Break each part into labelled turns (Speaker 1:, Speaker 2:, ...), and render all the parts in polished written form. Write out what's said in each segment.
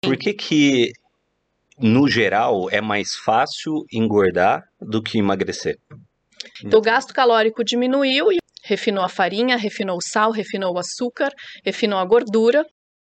Speaker 1: Por que, no geral, é mais fácil engordar do que emagrecer?
Speaker 2: Então, o gasto calórico diminuiu e refinou a farinha, refinou o sal, refinou o açúcar, refinou a gordura.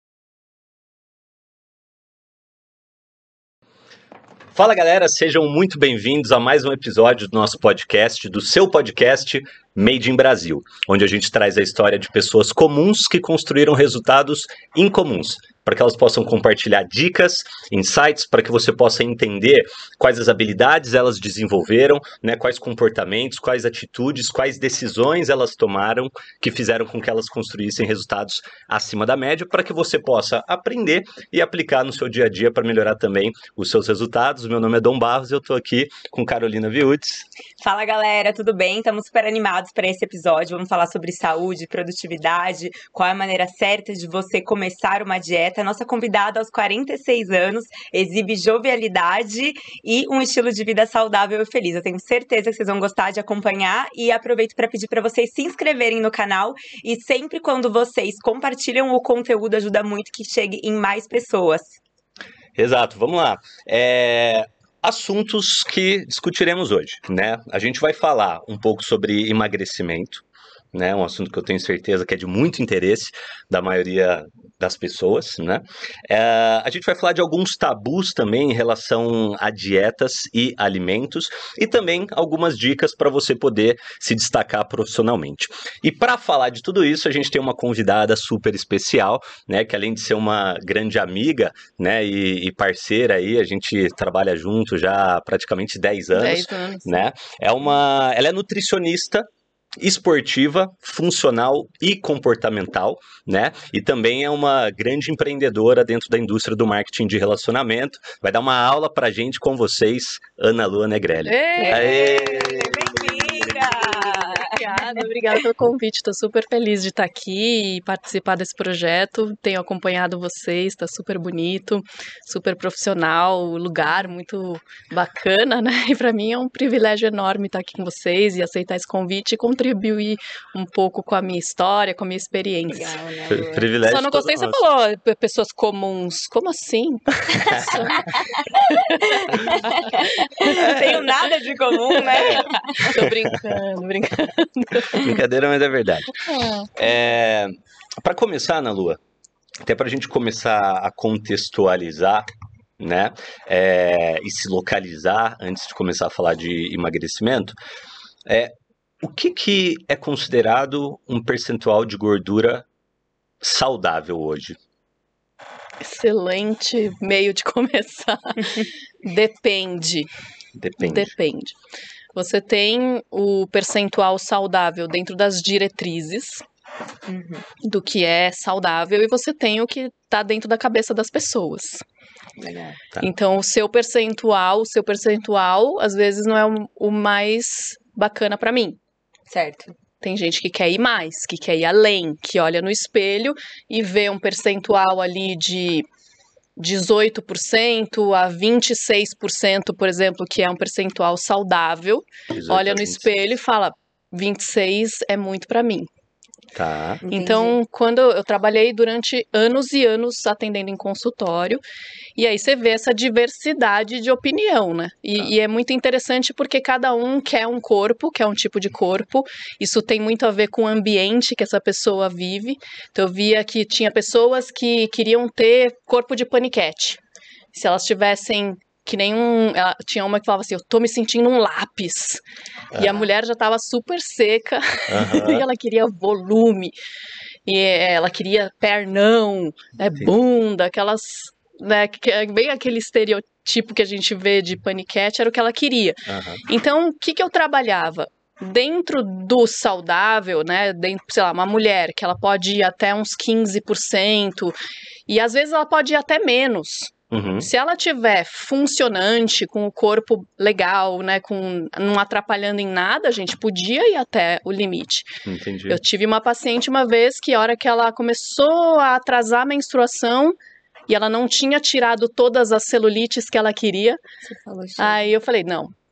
Speaker 1: Fala galera, sejam muito bem-vindos a mais um episódio do nosso podcast, do seu podcast Made in Brasil, onde a gente traz a história de pessoas comuns que construíram resultados incomuns, para que elas possam compartilhar dicas, insights, para que você possa entender quais as habilidades elas desenvolveram, né, quais comportamentos, quais atitudes, quais decisões elas tomaram que fizeram com que elas construíssem resultados acima da média, para que você possa aprender e aplicar no seu dia a dia para melhorar também os seus resultados. O meu nome é Dom Barros e eu estou aqui com Carolina Viutes.
Speaker 3: Fala galera, tudo bem? Estamos super animados para esse episódio. Vamos falar sobre saúde, produtividade, qual é a maneira certa de você começar uma dieta. A nossa convidada aos 46 anos exibe jovialidade e um estilo de vida saudável e feliz. Eu tenho certeza que vocês vão gostar de acompanhar e aproveito para pedir para vocês se inscreverem no canal e sempre quando vocês compartilham o conteúdo ajuda muito que chegue em mais pessoas.
Speaker 1: Exato, vamos lá. Assuntos que discutiremos hoje, né? A gente vai falar um pouco sobre emagrecimento, né? Um assunto que eu tenho certeza que é de muito interesse da maioria das pessoas, né? A gente vai falar de alguns tabus também em relação a dietas e alimentos e também algumas dicas para você poder se destacar profissionalmente. E para falar de tudo isso, a gente tem uma convidada super especial, né? Que além de ser uma grande amiga, né? E parceira aí, a gente trabalha junto já há praticamente 10 anos.
Speaker 2: 10 anos.
Speaker 1: Né? Ela é nutricionista esportiva, funcional e comportamental, né? E também é uma grande empreendedora dentro da indústria do marketing de relacionamento. Vai dar uma aula pra gente com vocês, Ana Lua Negrelli.
Speaker 2: Obrigada pelo convite. Estou super feliz de estar aqui e participar desse projeto. Tenho acompanhado vocês, está super bonito, super profissional, lugar muito bacana, né? E para mim é um privilégio enorme estar aqui com vocês e aceitar esse convite e contribuir um pouco com a minha história, com a minha experiência.
Speaker 3: Legal, né,
Speaker 1: Privilégio.
Speaker 2: Só não gostei, você falou pessoas comuns. Como assim?
Speaker 3: Não tenho nada de comum, né?
Speaker 2: Tô brincando.
Speaker 1: Brincadeira, mas é verdade. Para começar, Ana Lua, até para a gente começar a contextualizar, né, e se localizar antes de começar a falar de emagrecimento, o que é considerado um percentual de gordura saudável hoje?
Speaker 2: Excelente meio de começar. Depende. Você tem o percentual saudável dentro das diretrizes do que é saudável e você tem o que está dentro da cabeça das pessoas.
Speaker 3: Legal.
Speaker 1: Tá.
Speaker 2: Então, o seu percentual, às vezes não é o mais bacana para mim.
Speaker 3: Certo.
Speaker 2: Tem gente que quer ir mais, que quer ir além, que olha no espelho e vê um percentual ali de 18% a 26%, por exemplo, que é um percentual saudável, olha no espelho e fala, 26 é muito para mim.
Speaker 1: Tá.
Speaker 2: Então, quando eu trabalhei durante anos e anos atendendo em consultório, e aí você vê essa diversidade de opinião, né? E é muito interessante porque cada um quer um corpo, quer um tipo de corpo. Isso tem muito a ver com o ambiente que essa pessoa vive. Então, eu via que tinha pessoas que queriam ter corpo de paniquete. Se elas tivessem que tinha uma que falava assim, eu tô me sentindo um lápis. E a mulher já tava super seca e ela queria volume. E ela queria pernão, bunda, aquelas, né, bem aquele estereotipo que a gente vê de paniquete, era o que ela queria. Então, o que eu trabalhava? Dentro do saudável, né, sei lá, uma mulher que ela pode ir até uns 15%, e às vezes ela pode ir até menos. Se ela tiver funcionante, com o corpo legal, né, não atrapalhando em nada, a gente podia ir até o limite.
Speaker 1: Entendi.
Speaker 2: Eu tive uma paciente uma vez que a hora que ela começou a atrasar a menstruação e ela não tinha tirado todas as celulites que ela queria, aí eu falei, não,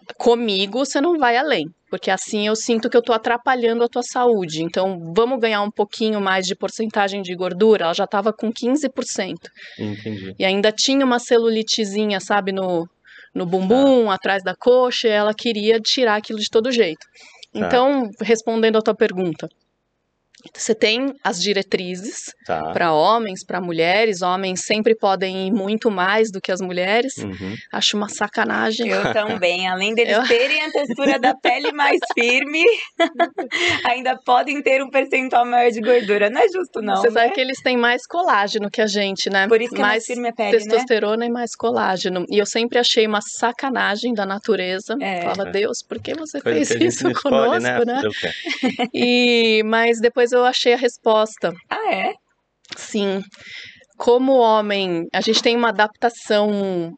Speaker 2: comigo você não vai além, porque assim eu sinto que eu tô atrapalhando a tua saúde. Então, vamos ganhar um pouquinho mais de porcentagem de gordura? Ela já tava com 15%.
Speaker 1: Entendi.
Speaker 2: E ainda tinha uma celulitezinha, sabe, no bumbum, atrás da coxa, e ela queria tirar aquilo de todo jeito. Então, respondendo a tua pergunta, você tem as diretrizes para homens, para mulheres. Homens sempre podem ir muito mais do que as mulheres. Acho uma sacanagem.
Speaker 3: Eu também. Além deles terem a textura da pele mais firme, ainda podem ter um percentual maior de gordura. Não é justo, não.
Speaker 2: Você sabe que eles têm mais colágeno que a gente, né?
Speaker 3: Por isso que mais firme a pele,
Speaker 2: testosterona e mais colágeno. E eu sempre achei uma sacanagem da natureza. Falava, Deus, por que você fez isso conosco, né? Mas depois eu achei a resposta.
Speaker 3: Ah, é?
Speaker 2: Sim. Como homem, a gente tem uma adaptação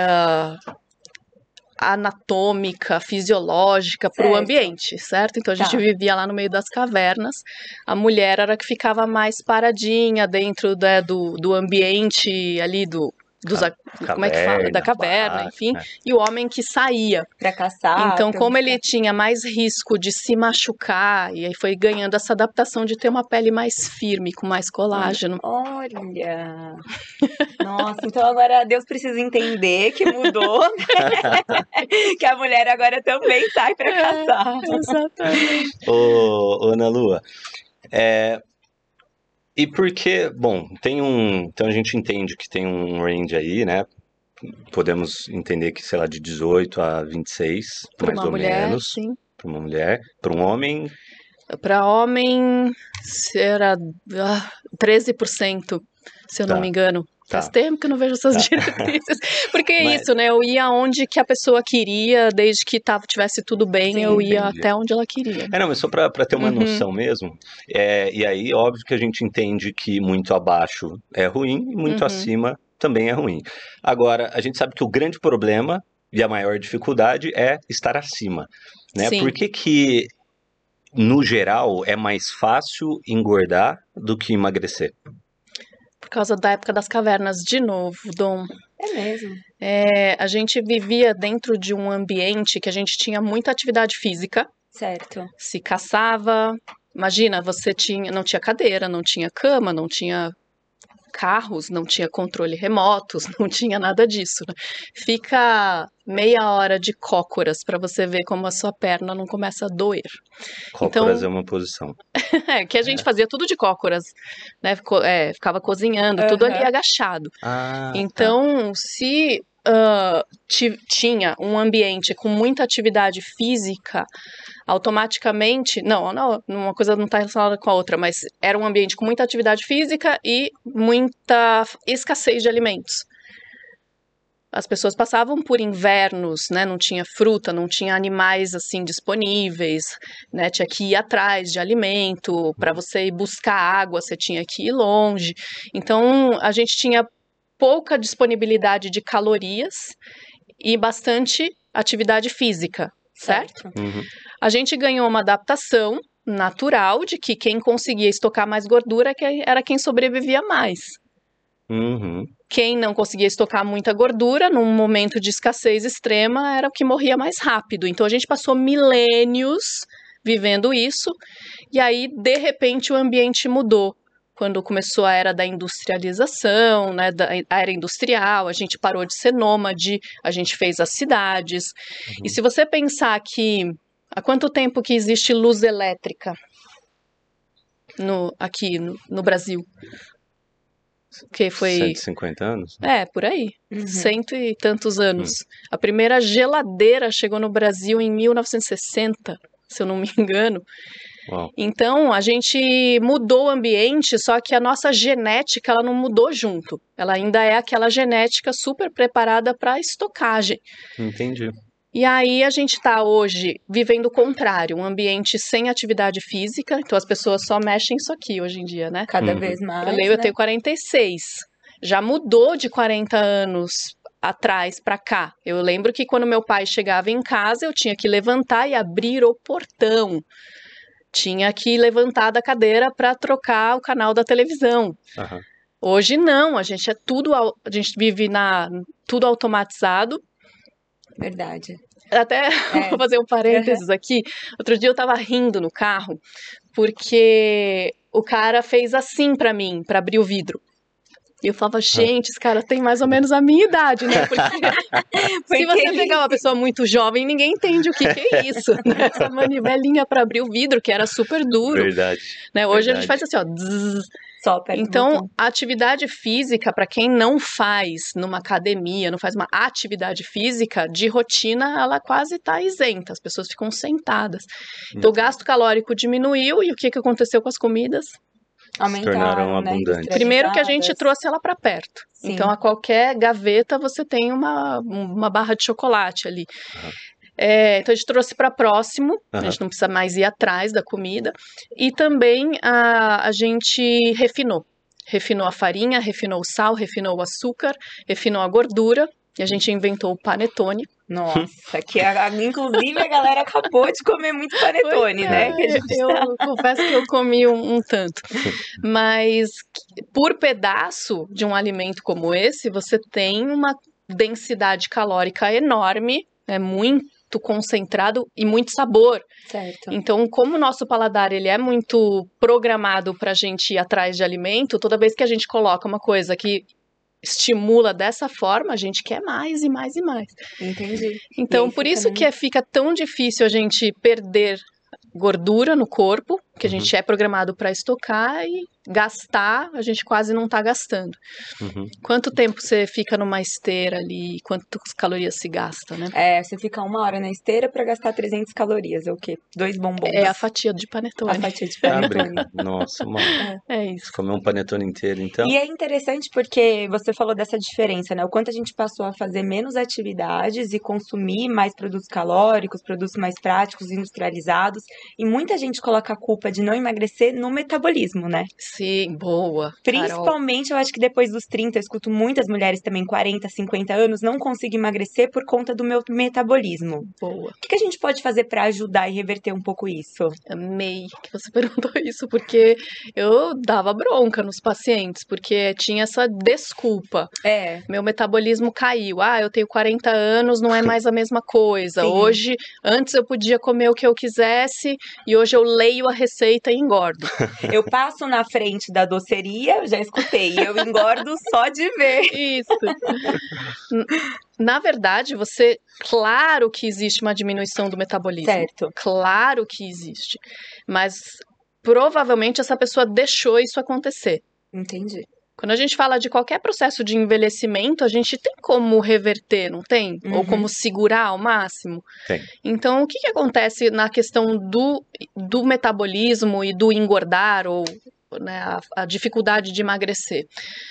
Speaker 2: anatômica, fisiológica para o ambiente, certo? Então a gente vivia lá no meio das cavernas. A mulher era que ficava mais paradinha dentro do ambiente ali como é que fala? Da caverna, enfim. E o homem que saía
Speaker 3: para caçar.
Speaker 2: Então, como ele tinha mais risco de se machucar, e aí foi ganhando essa adaptação de ter uma pele mais firme, com mais colágeno.
Speaker 3: Olha! Nossa, então agora Deus precisa entender que mudou, né? Que a mulher agora também sai para caçar.
Speaker 2: Exatamente.
Speaker 1: Ô, Ana Lua, e porque, bom, então a gente entende que tem um range aí, né? Podemos entender que, sei lá, de 18 a 26, mais ou menos.
Speaker 2: Sim.
Speaker 1: Para uma mulher. Para um homem?
Speaker 2: Para homem, era 13%, se eu não me engano. Faz tempo que eu não vejo essas diretrizes. Porque é isso, né? Eu ia onde que a pessoa queria, desde que tivesse tudo bem, eu ia até onde ela queria.
Speaker 1: Não, mas só para ter uma noção mesmo. E aí, óbvio que a gente entende que muito abaixo é ruim e muito acima também é ruim. Agora, a gente sabe que o grande problema e a maior dificuldade é estar acima, né?
Speaker 2: Sim.
Speaker 1: Por que, no geral, é mais fácil engordar do que emagrecer?
Speaker 2: Por causa da época das cavernas, de novo, Dom.
Speaker 3: É mesmo?
Speaker 2: A gente vivia dentro de um ambiente que a gente tinha muita atividade física.
Speaker 3: Certo.
Speaker 2: Se caçava. Imagina, não tinha cadeira, não tinha cama, não tinha carros, não tinha controle remotos, não tinha nada disso. Né? Fica meia hora de cócoras para você ver como a sua perna não começa a doer.
Speaker 1: Cócoras é uma posição.
Speaker 2: Que a gente fazia tudo de cócoras, né? Ficava cozinhando, tudo ali agachado. Então, se tinha um ambiente com muita atividade física, automaticamente, uma coisa não está relacionada com a outra, mas era um ambiente com muita atividade física e muita escassez de alimentos. As pessoas passavam por invernos, né? Não tinha fruta, não tinha animais assim disponíveis, né? Tinha que ir atrás de alimento, para você ir buscar água, você tinha que ir longe. Então, a gente tinha pouca disponibilidade de calorias e bastante atividade física, certo? A gente ganhou uma adaptação natural de que quem conseguia estocar mais gordura era quem sobrevivia mais. Quem não conseguia estocar muita gordura, num momento de escassez extrema, era o que morria mais rápido. Então, a gente passou milênios vivendo isso, e aí, de repente, o ambiente mudou. Quando começou a era da industrialização, né, a era industrial, a gente parou de ser nômade, a gente fez as cidades. E se você pensar que há quanto tempo que existe luz elétrica aqui no Brasil? Que foi
Speaker 1: 150 anos?
Speaker 2: Por aí, 100 e tantos anos. A primeira geladeira chegou no Brasil em 1960, se eu não me engano.
Speaker 1: Uau.
Speaker 2: Então, a gente mudou o ambiente, só que a nossa genética ela não mudou junto. Ela ainda é aquela genética super preparada para estocagem.
Speaker 1: Entendi.
Speaker 2: E aí a gente está hoje vivendo o contrário, um ambiente sem atividade física, então as pessoas só mexem isso aqui hoje em dia, né?
Speaker 3: Cada vez mais,
Speaker 2: eu tenho 46, já mudou de 40 anos atrás para cá. Eu lembro que quando meu pai chegava em casa, eu tinha que levantar e abrir o portão. Tinha que levantar da cadeira para trocar o canal da televisão. Hoje não, a gente vive tudo automatizado.
Speaker 3: Verdade.
Speaker 2: Até vou fazer um parênteses aqui. Outro dia eu tava rindo no carro, porque o cara fez assim pra mim, pra abrir o vidro. E eu falava, gente, esse cara tem mais ou menos a minha idade, né? Porque se você pegar uma pessoa muito jovem, ninguém entende o que é isso, né? Essa manivelinha pra abrir o vidro, que era super duro.
Speaker 1: Verdade.
Speaker 2: Né? Hoje a gente faz assim, ó. Então, a atividade física, para quem não faz numa academia, não faz uma atividade física, de rotina, ela quase está isenta. As pessoas ficam sentadas. Então, o gasto calórico diminuiu e o que aconteceu com as comidas?
Speaker 3: Aumentaram, né?
Speaker 1: abundantes.
Speaker 2: Primeiro que a gente trouxe ela para perto.
Speaker 3: Sim.
Speaker 2: Então, a qualquer gaveta você tem uma barra de chocolate ali. Então, a gente trouxe para próximo, a gente não precisa mais ir atrás da comida. E também a gente refinou. Refinou a farinha, refinou o sal, refinou o açúcar, refinou a gordura. E a gente inventou o panetone.
Speaker 3: Nossa, que inclusive a galera acabou de comer muito panetone, né?
Speaker 2: Eu confesso que eu comi um tanto. Mas por pedaço de um alimento como esse, você tem uma densidade calórica enorme, muito concentrado e muito sabor.
Speaker 3: Certo.
Speaker 2: Então, como o nosso paladar ele é muito programado para a gente ir atrás de alimento, toda vez que a gente coloca uma coisa que estimula dessa forma, a gente quer mais e mais e mais.
Speaker 3: Entendi.
Speaker 2: Então, por isso que fica tão difícil a gente perder gordura no corpo, que a gente é programado para estocar, e gastar, a gente quase não está gastando. Quanto tempo você fica numa esteira ali, quantas calorias se gasta, né?
Speaker 3: Você fica 1 hora na esteira para gastar 300 calorias, é o quê? 2 bombons.
Speaker 2: É a fatia de panetone.
Speaker 3: A fatia de panetone.
Speaker 1: Nossa, mano.
Speaker 2: É isso.
Speaker 1: Comer um panetone inteiro, então.
Speaker 3: E é interessante porque você falou dessa diferença, né? O quanto a gente passou a fazer menos atividades e consumir mais produtos calóricos, produtos mais práticos, industrializados. E muita gente coloca a culpa de não emagrecer no metabolismo, né?
Speaker 2: Sim, boa.
Speaker 3: Principalmente, eu acho que depois dos 30, eu escuto muitas mulheres também, 40, 50 anos, não consigo emagrecer por conta do meu metabolismo.
Speaker 2: Boa.
Speaker 3: O que a gente pode fazer para ajudar e reverter um pouco isso?
Speaker 2: Amei que você perguntou isso, porque eu dava bronca nos pacientes, porque tinha essa desculpa. Meu metabolismo caiu. Eu tenho 40 anos, não é mais a mesma coisa.
Speaker 3: Sim.
Speaker 2: Hoje, antes eu podia comer o que eu quisesse, e hoje eu leio a receita e engordo.
Speaker 3: Eu passo na frente da doceria, eu já escutei, eu engordo só de ver.
Speaker 2: Isso. Na verdade, claro que existe uma diminuição do metabolismo.
Speaker 3: Certo.
Speaker 2: Claro que existe. Mas provavelmente essa pessoa deixou isso acontecer.
Speaker 3: Entendi.
Speaker 2: Quando a gente fala de qualquer processo de envelhecimento, a gente tem como reverter, não tem? Ou como segurar ao máximo?
Speaker 1: Tem.
Speaker 2: Então, o que acontece na questão do metabolismo e do engordar, ou né, a dificuldade de emagrecer?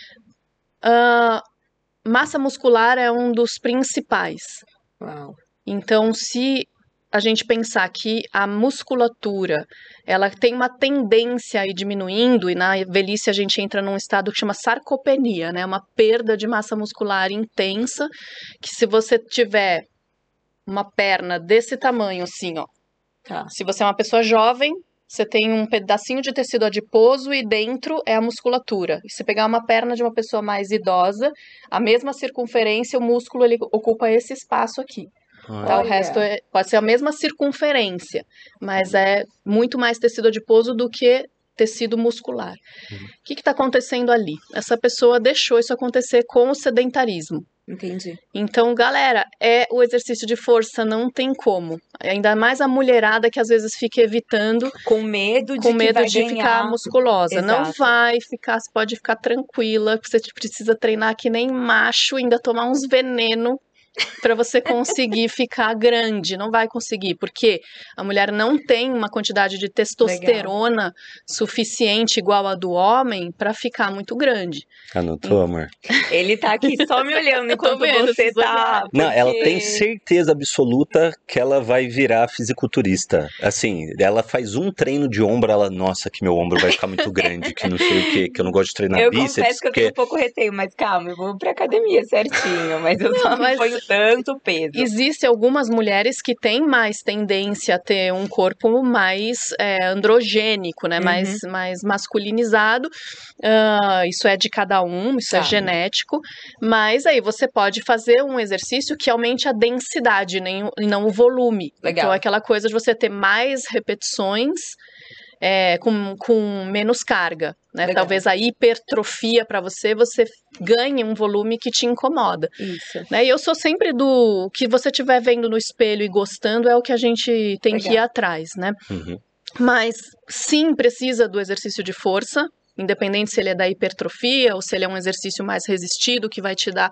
Speaker 2: Massa muscular é um dos principais.
Speaker 3: Uau.
Speaker 2: Então, se a gente pensar que a musculatura, ela tem uma tendência a ir diminuindo, e na velhice a gente entra num estado que chama sarcopenia, né? Uma perda de massa muscular intensa, que se você tiver uma perna desse tamanho, assim, ó.
Speaker 3: Tá.
Speaker 2: Se você é uma pessoa jovem, você tem um pedacinho de tecido adiposo e dentro é a musculatura. E se pegar uma perna de uma pessoa mais idosa, a mesma circunferência, o músculo ele ocupa esse espaço aqui. Tá, o resto pode ser a mesma circunferência, mas é muito mais tecido adiposo do que tecido muscular. O que está acontecendo ali? Essa pessoa deixou isso acontecer com o sedentarismo.
Speaker 3: Entendi.
Speaker 2: Então, galera, o exercício de força, não tem como. Ainda mais a mulherada que às vezes fica evitando.
Speaker 3: Com medo de
Speaker 2: ficar musculosa.
Speaker 3: Exato.
Speaker 2: Não vai ficar, você pode ficar tranquila, que você precisa treinar que nem macho, ainda tomar uns veneno para você conseguir ficar grande. Não vai conseguir, porque a mulher não tem uma quantidade de testosterona suficiente igual a do homem para ficar muito grande.
Speaker 1: Anotou, amor?
Speaker 3: Ele tá aqui só me olhando enquanto você tá... Porque...
Speaker 1: Não, ela tem certeza absoluta que ela vai virar fisiculturista. Assim, ela faz um treino de ombro, ela, nossa, que meu ombro vai ficar muito grande, que não sei o quê, que eu não gosto de treinar bíceps.
Speaker 3: Eu confesso que eu tenho um pouco receio, mas calma, eu vou pra academia certinho, mas eu só não ponho tanto peso.
Speaker 2: Existem algumas mulheres que têm mais tendência a ter um corpo mais androgênico, né? Mais masculinizado. Isso é de cada um, isso é genético. Mas aí você pode fazer um exercício que aumente a densidade e não o volume.
Speaker 3: Legal.
Speaker 2: Então, é aquela coisa de você ter mais repetições com menos carga, né?
Speaker 3: Legal.
Speaker 2: Talvez a hipertrofia para você ganhe um volume que te incomoda.
Speaker 3: Isso.
Speaker 2: Né? E eu sou sempre do que você estiver vendo no espelho e gostando é o que a gente tem que ir atrás, né?
Speaker 1: Uhum.
Speaker 2: Mas sim, precisa do exercício de força, independente se ele é da hipertrofia ou se ele é um exercício mais resistido que vai te dar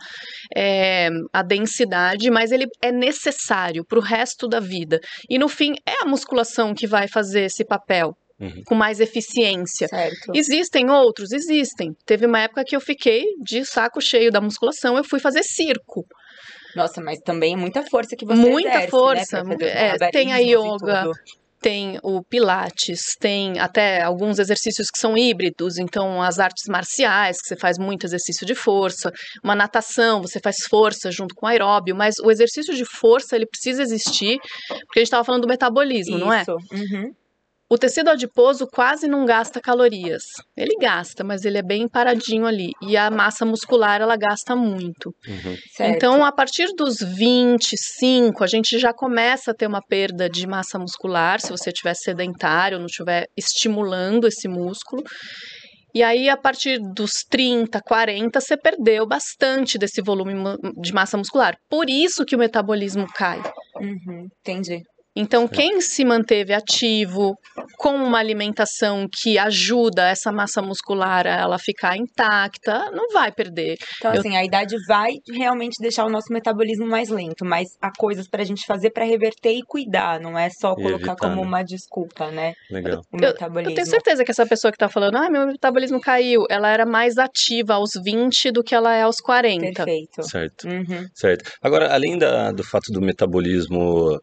Speaker 2: a densidade, mas ele é necessário para o resto da vida. E no fim, é a musculação que vai fazer esse papel. Com mais eficiência.
Speaker 3: Certo.
Speaker 2: Existem outros? Existem. Teve uma época que eu fiquei de saco cheio da musculação, eu fui fazer circo.
Speaker 3: Nossa, mas também é muita força que você
Speaker 2: muita
Speaker 3: exerce,
Speaker 2: força.
Speaker 3: Né,
Speaker 2: tem a yoga, tem o pilates, tem até alguns exercícios que são híbridos, então as artes marciais, que você faz muito exercício de força, uma natação, você faz força junto com aeróbio, mas o exercício de força, ele precisa existir, porque a gente estava falando do metabolismo, não é?
Speaker 3: Isso. Uhum.
Speaker 2: O tecido adiposo quase não gasta calorias. Ele gasta, mas ele é bem paradinho ali. E a massa muscular, ela gasta muito.
Speaker 1: Uhum.
Speaker 2: Então, a partir dos 25, a gente já começa a ter uma perda de massa muscular, se você estiver sedentário, não estiver estimulando esse músculo. E aí, a partir dos 30, 40, você perdeu bastante desse volume de massa muscular. Por isso que o metabolismo cai.
Speaker 3: Uhum. Entendi.
Speaker 2: Então, quem se manteve ativo, com uma alimentação que ajuda essa massa muscular a ela ficar intacta, não vai perder.
Speaker 3: Então, assim, a idade vai realmente deixar o nosso metabolismo mais lento, mas há coisas pra gente fazer pra reverter e cuidar, não é só colocar como uma desculpa, né?
Speaker 1: Legal.
Speaker 3: O metabolismo.
Speaker 2: Eu tenho certeza que essa pessoa que tá falando, meu metabolismo caiu, ela era mais ativa aos 20 do que ela é aos 40.
Speaker 3: Perfeito.
Speaker 1: Certo.
Speaker 3: Uhum.
Speaker 1: Certo. Agora, além do fato do metabolismo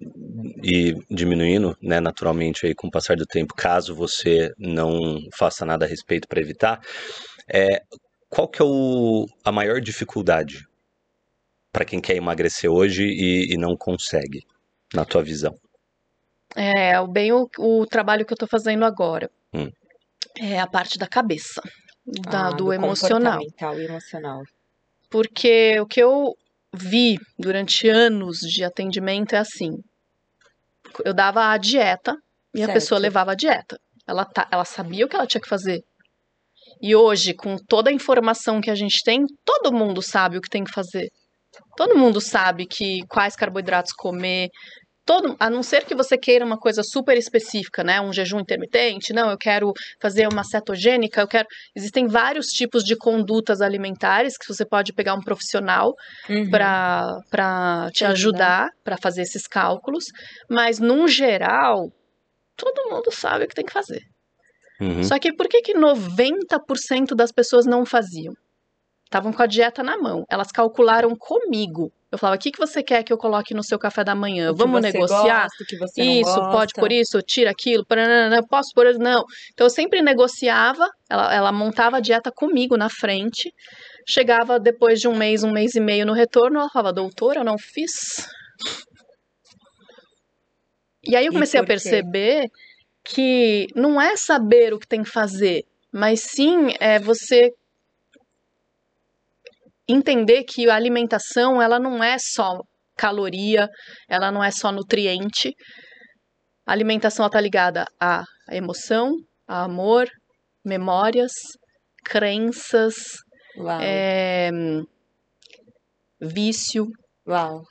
Speaker 1: e diminuindo, né, naturalmente aí com o passar do tempo, caso você não faça nada a respeito para evitar, qual que é a maior dificuldade para quem quer emagrecer hoje e não consegue, na tua visão?
Speaker 2: O trabalho que eu tô fazendo agora. É a parte da cabeça, do emocional.
Speaker 3: Comportamental e emocional.
Speaker 2: Porque o que eu vi durante anos de atendimento é assim, eu dava a dieta e a pessoa levava a dieta. Ela sabia o que ela tinha que fazer. E hoje, com toda a informação que a gente tem, todo mundo sabe o que tem que fazer. Todo mundo sabe quais carboidratos comer. A não ser que você queira uma coisa super específica, né? Um jejum intermitente, não, eu quero fazer uma cetogênica, existem vários tipos de condutas alimentares que você pode pegar um profissional para te ajudar para fazer esses cálculos, mas, num geral, todo mundo sabe o que tem que fazer. Só que por que 90% das pessoas não faziam? Estavam com a dieta na mão, elas calcularam comigo. Eu falava, o que você quer que eu coloque no seu café da manhã? Vamos negociar?
Speaker 3: Gosta, que você não
Speaker 2: isso,
Speaker 3: gosta.
Speaker 2: pode por isso, tira aquilo, posso por isso, não. Então eu sempre negociava, ela montava a dieta comigo na frente. Chegava depois de um mês e meio no retorno, ela falava, doutora, eu não fiz. E aí eu comecei a perceber que não é saber o que tem que fazer, mas sim você entender que a alimentação, ela não é só caloria, ela não é só nutriente. A alimentação está ligada à emoção, a amor, memórias, crenças, vício.
Speaker 3: Uau.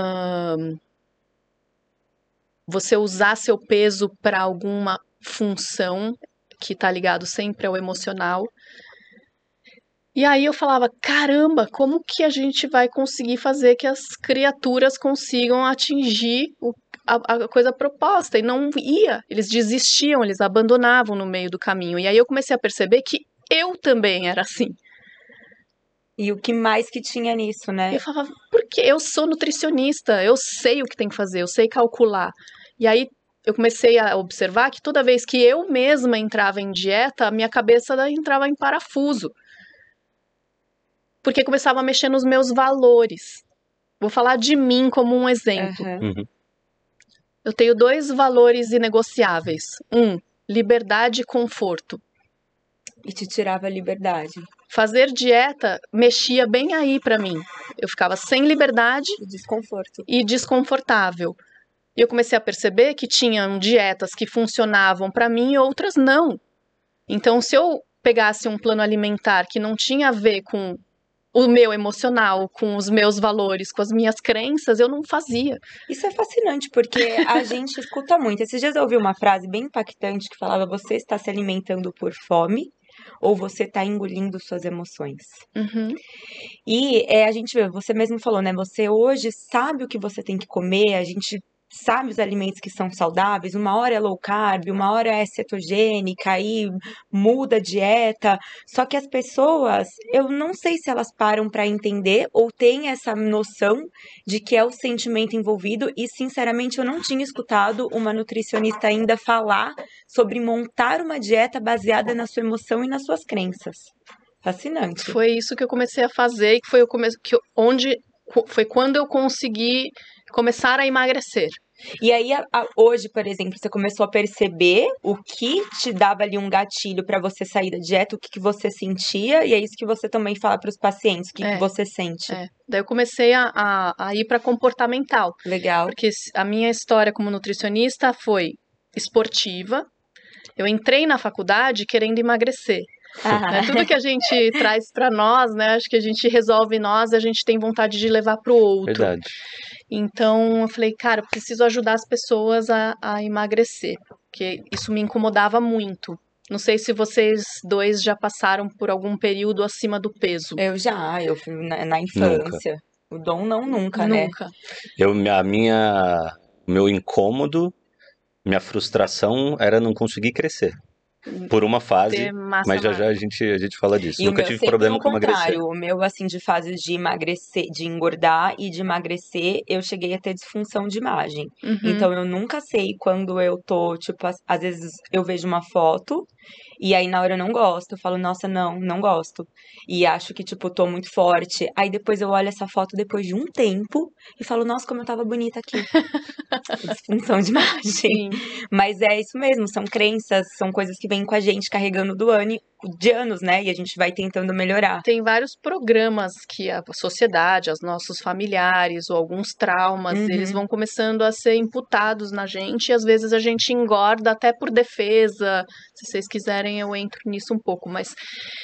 Speaker 2: Você usar seu peso para alguma função que está ligado sempre ao emocional. E aí eu falava, caramba, como que a gente vai conseguir fazer que as criaturas consigam atingir a coisa proposta? E não ia, eles desistiam, eles abandonavam no meio do caminho. E aí eu comecei a perceber que eu também era assim.
Speaker 3: E o que mais que tinha nisso, né?
Speaker 2: E eu falava, porque eu sou nutricionista, eu sei o que tem que fazer, eu sei calcular. E aí eu comecei a observar que toda vez que eu mesma entrava em dieta, a minha cabeça entrava em parafuso. Porque começava a mexer nos meus valores. vou falar de mim como um exemplo.
Speaker 1: Uhum.
Speaker 2: Eu tenho 2 valores inegociáveis. Liberdade e conforto.
Speaker 3: E te tirava a liberdade.
Speaker 2: Fazer dieta mexia bem aí pra mim. Eu ficava sem liberdade
Speaker 3: E desconforto.
Speaker 2: e desconfortável. E eu comecei a perceber que tinham dietas que funcionavam pra mim e outras não. Então, se eu pegasse um plano alimentar que não tinha a ver com o meu emocional, com os meus valores, com as minhas crenças, eu não fazia.
Speaker 3: Isso é fascinante, porque a gente escuta muito. Esses dias eu ouvi uma frase bem impactante que falava: você está se alimentando por fome ou você está engolindo suas emoções?
Speaker 2: Uhum.
Speaker 3: E a gente vê, você mesmo falou, né? Você hoje sabe o que você tem que comer, a gente sabe os alimentos que são saudáveis, uma hora é low carb, uma hora é cetogênica, aí muda a dieta. Só que as pessoas, eu não sei se elas param para entender ou têm essa noção de que é o sentimento envolvido, e sinceramente eu não tinha escutado uma nutricionista ainda falar sobre montar uma dieta baseada na sua emoção e nas suas crenças. Fascinante.
Speaker 2: Foi isso que eu comecei a fazer, que foi foi quando eu consegui começar a emagrecer.
Speaker 3: E aí, hoje, por exemplo, você começou a perceber o que te dava ali um gatilho para você sair da dieta, o que você sentia, e é isso que você também fala para os pacientes, o que você sente.
Speaker 2: Daí eu comecei a ir para comportamental.
Speaker 3: Legal.
Speaker 2: Porque a minha história como nutricionista foi esportiva. Eu entrei na faculdade querendo emagrecer. Tudo que a gente traz para nós, né? Acho que a gente resolve nós, a gente tem vontade de levar para o outro.
Speaker 1: Verdade.
Speaker 2: Então, eu falei, cara, eu preciso ajudar as pessoas a emagrecer, porque isso me incomodava muito. Não sei se vocês 2 já passaram por algum período acima do peso.
Speaker 3: Eu fui na infância. Nunca. O Dom não, nunca, né?
Speaker 2: Nunca.
Speaker 1: Meu incômodo, minha frustração era não conseguir crescer. Por uma fase, mas já a gente fala disso.
Speaker 3: E
Speaker 1: nunca
Speaker 3: o meu
Speaker 1: tive
Speaker 3: sempre
Speaker 1: problema
Speaker 3: o
Speaker 1: com emagrecer.
Speaker 3: contrário. O meu, assim, de fases de emagrecer, de engordar e de emagrecer, eu cheguei a ter disfunção de imagem.
Speaker 2: Uhum.
Speaker 3: Então, eu nunca sei quando eu tô, tipo, às vezes eu vejo uma foto e aí na hora eu não gosto. Eu falo, nossa, não gosto. E acho que, tipo, tô muito forte. Aí depois eu olho essa foto depois de um tempo e falo, nossa, como eu tava bonita aqui. Disfunção de imagem.
Speaker 2: Sim.
Speaker 3: Mas é isso mesmo, são crenças, são coisas que vêm com a gente carregando de anos, né? E a gente vai tentando melhorar.
Speaker 2: Tem vários programas que a sociedade, os nossos familiares ou alguns traumas, eles vão começando a ser imputados na gente, e às vezes a gente engorda até por defesa. Se vocês quiserem, eu entro nisso um pouco, mas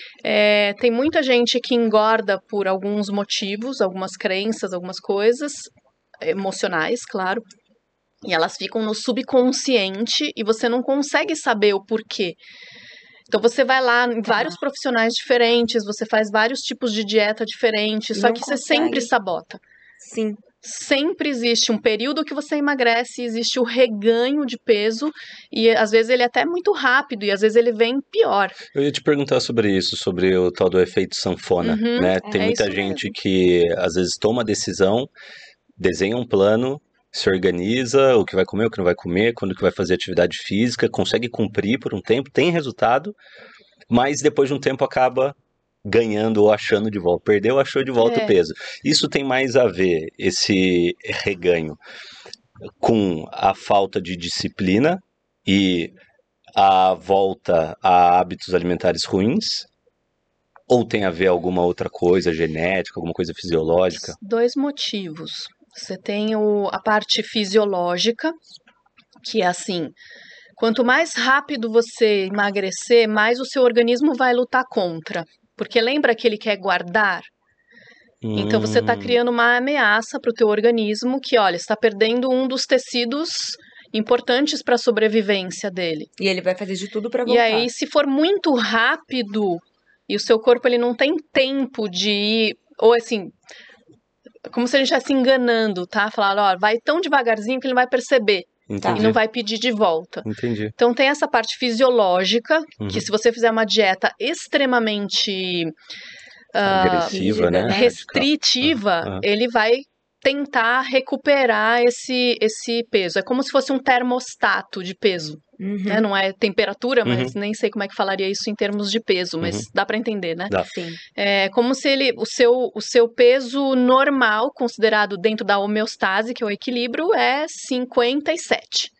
Speaker 2: tem muita gente que engorda por alguns motivos, algumas crenças, algumas coisas emocionais, claro. E elas ficam no subconsciente e você não consegue saber o porquê. Então você vai lá em vários profissionais diferentes, você faz vários tipos de dieta diferentes, só que você sempre sabota.
Speaker 3: Sim.
Speaker 2: Sempre existe um período que você emagrece, existe o reganho de peso, e às vezes ele é até muito rápido, e às vezes ele vem pior.
Speaker 1: Eu ia te perguntar sobre isso, sobre o tal do efeito sanfona, né? Tem muita gente que às vezes toma a decisão, desenha um plano, se organiza, o que vai comer, o que não vai comer, quando que vai fazer atividade física, consegue cumprir por um tempo, tem resultado, mas depois de um tempo acaba ganhando ou achando de volta. Perdeu, achou de volta o peso. Isso tem mais a ver, esse reganho, com a falta de disciplina e a volta a hábitos alimentares ruins? Ou tem a ver alguma outra coisa genética, alguma coisa fisiológica?
Speaker 2: 2 motivos. Você tem a parte fisiológica, que é assim, quanto mais rápido você emagrecer, mais o seu organismo vai lutar contra. Porque lembra que ele quer guardar? Então você está criando uma ameaça para o teu organismo que, olha, está perdendo um dos tecidos importantes para a sobrevivência dele.
Speaker 3: E ele vai fazer de tudo para voltar.
Speaker 2: E aí, se for muito rápido e o seu corpo ele não tem tempo de ir, ou assim, como se a gente estivesse enganando, tá? Falando, ó, vai tão devagarzinho que ele não vai perceber.
Speaker 1: Entendi.
Speaker 2: E não vai pedir de volta.
Speaker 1: Entendi.
Speaker 2: Então tem essa parte fisiológica, que se você fizer uma dieta extremamente
Speaker 1: agressiva, né?
Speaker 2: restritiva, ele vai tentar recuperar esse peso. É como se fosse um termostato de peso. né? Não é temperatura, mas nem sei como é que falaria isso em termos de peso, mas dá para entender, né?
Speaker 1: Dá.
Speaker 3: Sim.
Speaker 2: É como se o seu peso normal, considerado dentro da homeostase, que é o equilíbrio, é 57.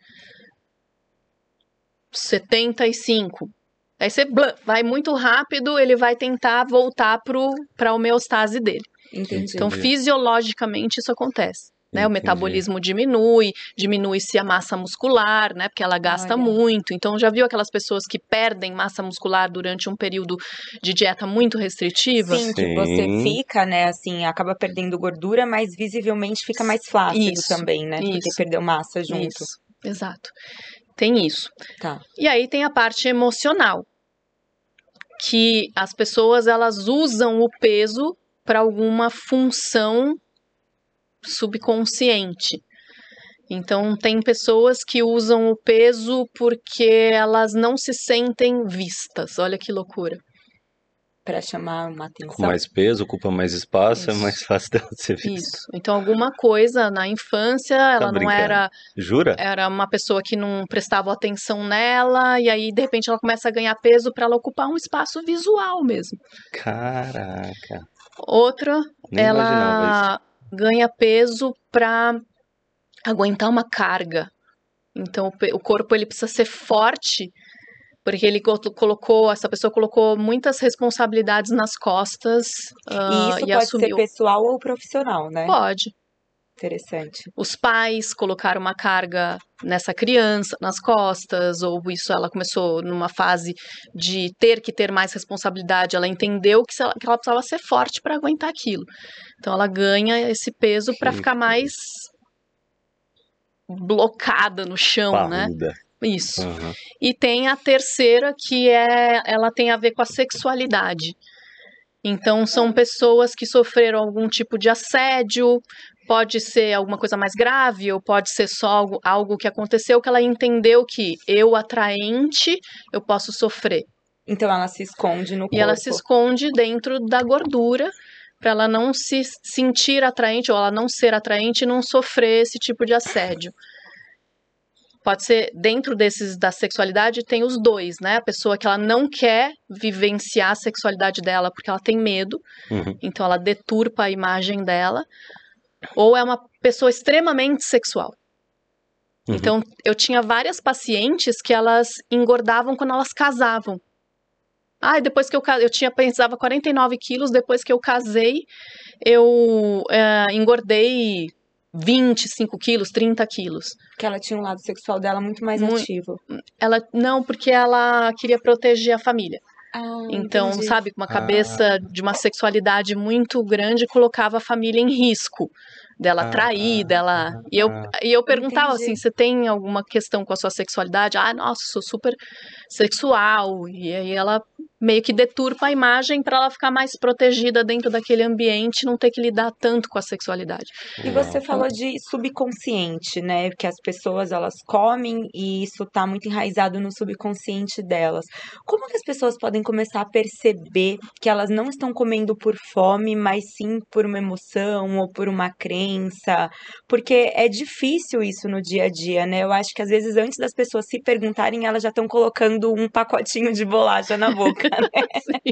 Speaker 2: 75. Aí você vai muito rápido, ele vai tentar voltar para a homeostase dele.
Speaker 3: Entendi.
Speaker 2: Então, fisiologicamente, isso acontece. Né? O
Speaker 1: Entendi.
Speaker 2: metabolismo diminui-se a massa muscular, né? Porque ela gasta muito. Então, já viu aquelas pessoas que perdem massa muscular durante um período de dieta muito restritiva?
Speaker 3: Sim, que você fica, né, assim, acaba perdendo gordura, mas visivelmente fica mais flácido também, né? Porque perdeu massa junto.
Speaker 2: Isso, exato. Tem isso.
Speaker 3: Tá.
Speaker 2: E aí tem a parte emocional, que as pessoas, elas usam o peso para alguma função subconsciente. Então, tem pessoas que usam o peso porque elas não se sentem vistas. Olha que loucura.
Speaker 3: Para chamar uma atenção.
Speaker 1: Com mais peso, ocupa mais espaço, é mais fácil dela ser vista.
Speaker 2: Isso. Então, alguma coisa na infância, ela não era...
Speaker 1: Jura?
Speaker 2: Era uma pessoa que não prestava atenção nela, e aí, de repente, ela começa a ganhar peso para ela ocupar um espaço visual mesmo.
Speaker 1: Caraca.
Speaker 2: Outra,
Speaker 1: Nem
Speaker 2: ela ganha peso para aguentar uma carga. Então, o corpo ele precisa ser forte, porque essa pessoa colocou muitas responsabilidades nas costas
Speaker 3: e isso pode
Speaker 2: assumiu.
Speaker 3: ser pessoal ou profissional, né?
Speaker 2: Pode.
Speaker 3: Interessante.
Speaker 2: Os pais colocaram uma carga nessa criança, nas costas, ou isso ela começou numa fase de ter que ter mais responsabilidade, ela entendeu que ela precisava ser forte para aguentar aquilo. Então ela ganha esse peso para ficar mais blocada no chão,
Speaker 1: Parruda.
Speaker 2: né? Isso. E tem a terceira, que ela tem a ver com a sexualidade. Então, são pessoas que sofreram algum tipo de assédio, pode ser alguma coisa mais grave, ou pode ser só algo que aconteceu, que ela entendeu que eu, atraente, eu posso sofrer.
Speaker 3: Então, ela se esconde no corpo.
Speaker 2: E ela se esconde dentro da gordura, para ela não se sentir atraente, ou ela não ser atraente e não sofrer esse tipo de assédio. Pode ser, dentro da sexualidade, tem os dois, né? A pessoa que ela não quer vivenciar a sexualidade dela porque ela tem medo, então ela deturpa a imagem dela, ou é uma pessoa extremamente sexual. Então, eu tinha várias pacientes que elas engordavam quando elas casavam. Depois que eu pesava 49 quilos, depois que eu casei, eu engordei 25 quilos, 30 quilos.
Speaker 3: Porque ela tinha um lado sexual dela muito mais ativo.
Speaker 2: Não, porque ela queria proteger a família. Então,
Speaker 3: Entendi.
Speaker 2: sabe, com uma cabeça de uma sexualidade muito grande, colocava a família em risco. Dela trair, dela... E eu perguntava assim, você tem alguma questão com a sua sexualidade? Nossa, sou super sexual. E aí ela meio que deturpa a imagem para ela ficar mais protegida dentro daquele ambiente, não ter que lidar tanto com a sexualidade.
Speaker 3: E você falou de subconsciente, né? Que as pessoas, elas comem e isso tá muito enraizado no subconsciente delas. Como que as pessoas podem começar a perceber que elas não estão comendo por fome, mas sim por uma emoção ou por uma crença? Porque é difícil isso no dia a dia, né? Eu acho que às vezes antes das pessoas se perguntarem, elas já estão colocando um pacotinho de bolacha na boca, né?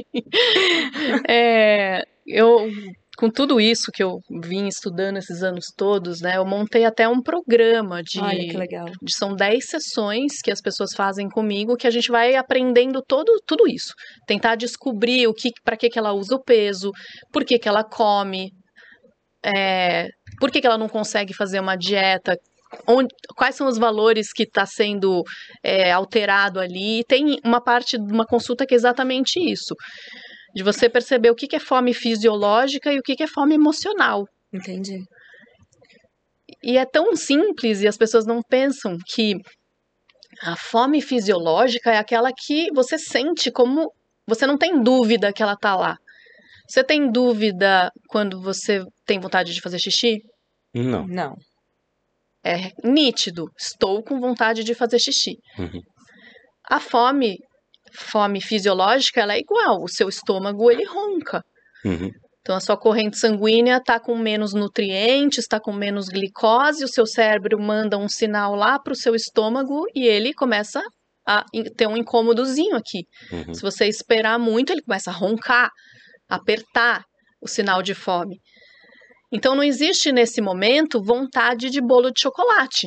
Speaker 2: Com tudo isso que eu vim estudando esses anos todos, né, eu montei até um programa
Speaker 3: Olha que legal.
Speaker 2: São 10 sessões que as pessoas fazem comigo, que a gente vai aprendendo tudo isso. Tentar descobrir para que ela usa o peso, por que ela come, por que ela não consegue fazer uma dieta, quais são os valores que está sendo alterado ali. Tem uma parte de uma consulta que é exatamente isso, de você perceber o que é fome fisiológica e o que é fome emocional.
Speaker 3: Entendi.
Speaker 2: E é tão simples e as pessoas não pensam que a fome fisiológica é aquela que você sente como... Você não tem dúvida que ela está lá. Você tem dúvida quando você tem vontade de fazer xixi?
Speaker 3: Não.
Speaker 2: É nítido. Estou com vontade de fazer xixi. A fome fisiológica, ela é igual. O seu estômago, ele ronca. Então, a sua corrente sanguínea está com menos nutrientes, está com menos glicose, o seu cérebro manda um sinal lá para o seu estômago e ele começa a ter um incômodozinho aqui.
Speaker 1: Uhum.
Speaker 2: Se você esperar muito, ele começa a roncar, apertar o sinal de fome. Então não existe nesse momento vontade de bolo de chocolate.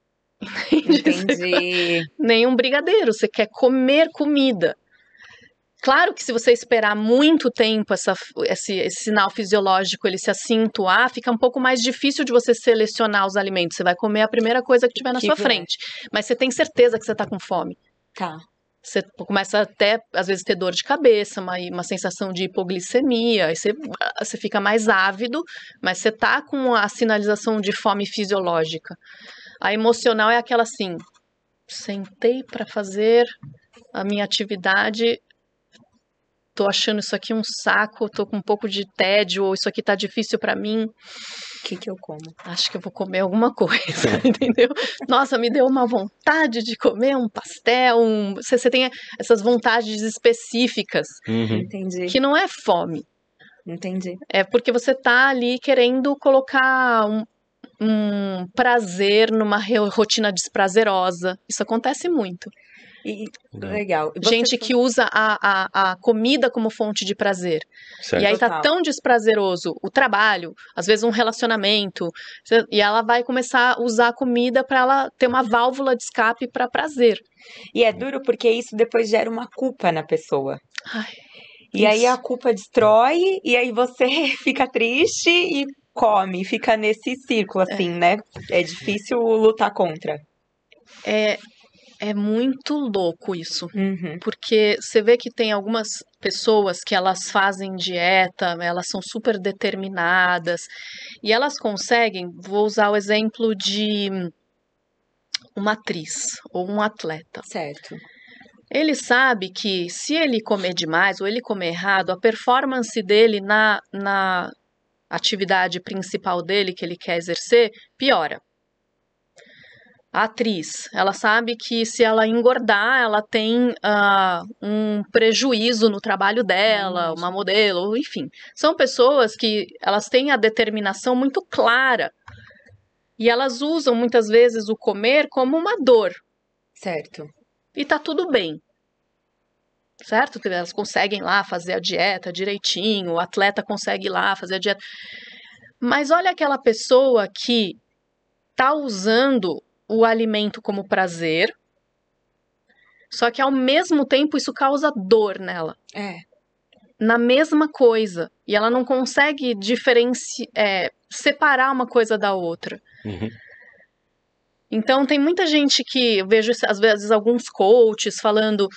Speaker 3: Entendi.
Speaker 2: Nem um brigadeiro, você quer comer comida. Claro que se você esperar muito tempo esse sinal fisiológico ele se acentuar, fica um pouco mais difícil de você selecionar os alimentos. Você vai comer a primeira coisa que tiver na sua frente. Mas você tem certeza que você está com fome.
Speaker 3: Tá.
Speaker 2: Você começa até, às vezes, ter dor de cabeça, uma sensação de hipoglicemia, aí você fica mais ávido, mas você tá com a sinalização de fome fisiológica. A emocional é aquela assim, sentei para fazer a minha atividade, tô achando isso aqui um saco, tô com um pouco de tédio, ou isso aqui tá difícil para mim.
Speaker 3: O que eu como?
Speaker 2: Acho que eu vou comer alguma coisa, entendeu? Nossa, me deu uma vontade de comer um pastel, você tem essas vontades específicas,
Speaker 3: Entendi.
Speaker 2: que não é fome.
Speaker 3: Entendi.
Speaker 2: É porque você tá ali querendo colocar um prazer numa rotina desprazerosa. Isso acontece muito.
Speaker 3: Legal.
Speaker 2: Gente que usa a comida como fonte de prazer.
Speaker 1: Certo.
Speaker 2: E aí tá
Speaker 3: Total.
Speaker 2: tão desprazeroso o trabalho, às vezes um relacionamento, e ela vai começar a usar a comida para ela ter uma válvula de escape para prazer.
Speaker 3: E é duro porque isso depois gera uma culpa na pessoa.
Speaker 2: Ai,
Speaker 3: E aí
Speaker 2: isso.
Speaker 3: a culpa destrói, e aí você fica triste e come, fica nesse círculo, assim, né? É difícil lutar contra.
Speaker 2: É muito louco isso.
Speaker 3: Uhum.
Speaker 2: Porque você vê que tem algumas pessoas que elas fazem dieta, elas são super determinadas e elas conseguem, vou usar o exemplo de uma atriz ou um atleta.
Speaker 3: Certo.
Speaker 2: Ele sabe que se ele comer demais ou ele comer errado, a performance dele na atividade principal dele que ele quer exercer piora. A atriz, ela sabe que se ela engordar, ela tem um prejuízo no trabalho dela, uma modelo, enfim. São pessoas que elas têm a determinação muito clara e elas usam muitas vezes o comer como uma dor.
Speaker 3: Certo.
Speaker 2: E tá tudo bem. Certo? Elas conseguem lá fazer a dieta direitinho, o atleta consegue ir lá fazer a dieta. Mas olha aquela pessoa que tá usando o alimento como prazer, só que ao mesmo tempo isso causa dor nela. Na mesma coisa. E ela não consegue separar uma coisa da outra.
Speaker 1: Uhum.
Speaker 2: Então tem muita gente que eu vejo às vezes alguns coaches falando: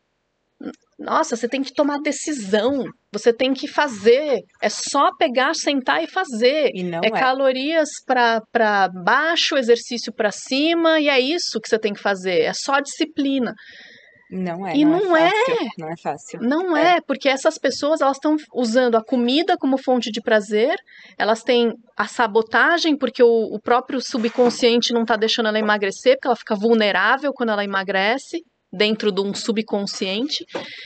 Speaker 2: nossa, você tem que tomar decisão, você tem que fazer, é só pegar, sentar e fazer.
Speaker 3: E não
Speaker 2: calorias para baixo, exercício para cima, e é isso que você tem que fazer, é só disciplina.
Speaker 3: Não é.
Speaker 2: E
Speaker 3: não é fácil. Não é fácil.
Speaker 2: Não é, porque essas pessoas elas estão usando a comida como fonte de prazer, elas têm a sabotagem, porque o próprio subconsciente não está deixando ela emagrecer, porque ela fica vulnerável quando ela emagrece, dentro de um subconsciente.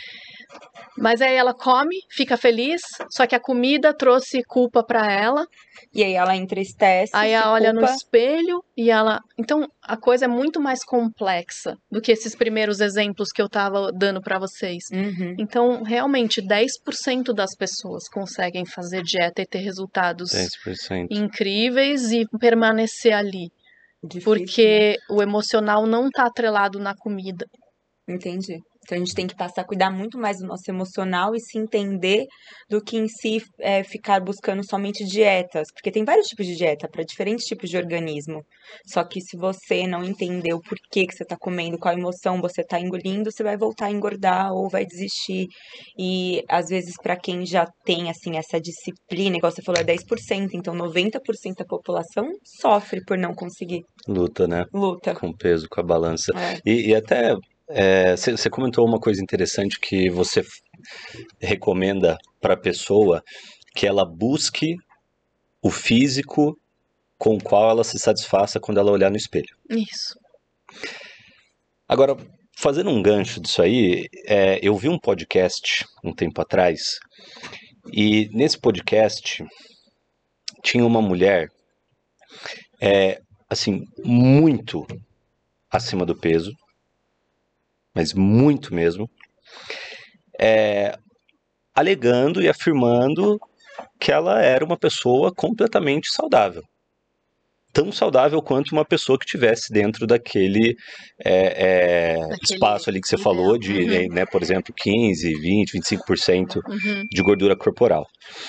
Speaker 2: Mas aí ela come, fica feliz, só que a comida trouxe culpa para ela.
Speaker 3: E aí ela entristece,
Speaker 2: aí ela olha no espelho e ela... Então, a coisa é muito mais complexa do que esses primeiros exemplos que eu estava dando para vocês.
Speaker 3: Uhum.
Speaker 2: Então, realmente, 10% das pessoas conseguem fazer dieta e ter resultados
Speaker 1: 10%.
Speaker 2: incríveis e permanecer ali.
Speaker 3: Difícil,
Speaker 2: porque o emocional não está atrelado na comida.
Speaker 3: Entendi. Então a gente tem que passar a cuidar muito mais do nosso emocional e se entender do que em si ficar buscando somente dietas. Porque tem vários tipos de dieta para diferentes tipos de organismo. Só que se você não entender o porquê que você está comendo, qual emoção você está engolindo, você vai voltar a engordar ou vai desistir. E às vezes para quem já tem assim essa disciplina, igual você falou, é 10%, então 90% da população sofre por não conseguir.
Speaker 1: Luta, né?
Speaker 3: Luta.
Speaker 1: Com peso, com a balança. E até... Você comentou uma coisa interessante que você recomenda para a pessoa que ela busque o físico com o qual ela se satisfaça quando ela olhar no espelho.
Speaker 2: Isso.
Speaker 1: Agora, fazendo um gancho disso aí, eu vi um podcast um tempo atrás e nesse podcast tinha uma mulher assim, muito acima do peso. mas muito mesmo, alegando e afirmando que ela era uma pessoa completamente saudável. Tão saudável quanto uma pessoa que estivesse dentro daquele espaço ali que você falou, de, né, por exemplo, 15, 20, 25% de gordura corporal.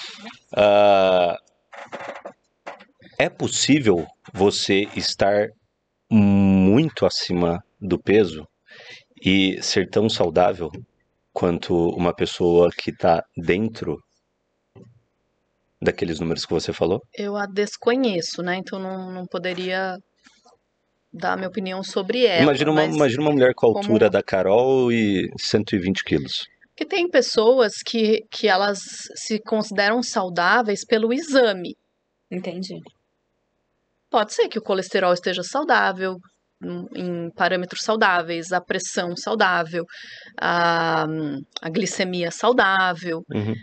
Speaker 1: É possível você estar muito acima do peso e ser tão saudável quanto uma pessoa que está dentro daqueles números que você falou?
Speaker 2: Eu a desconheço, né? Então não poderia dar minha opinião sobre ela.
Speaker 1: Imagina uma mulher com a altura da Carol e 120 quilos.
Speaker 2: Porque tem pessoas que elas se consideram saudáveis pelo exame.
Speaker 3: Entendi.
Speaker 2: Pode ser que o colesterol esteja saudável, em parâmetros saudáveis, a pressão saudável, a glicemia saudável.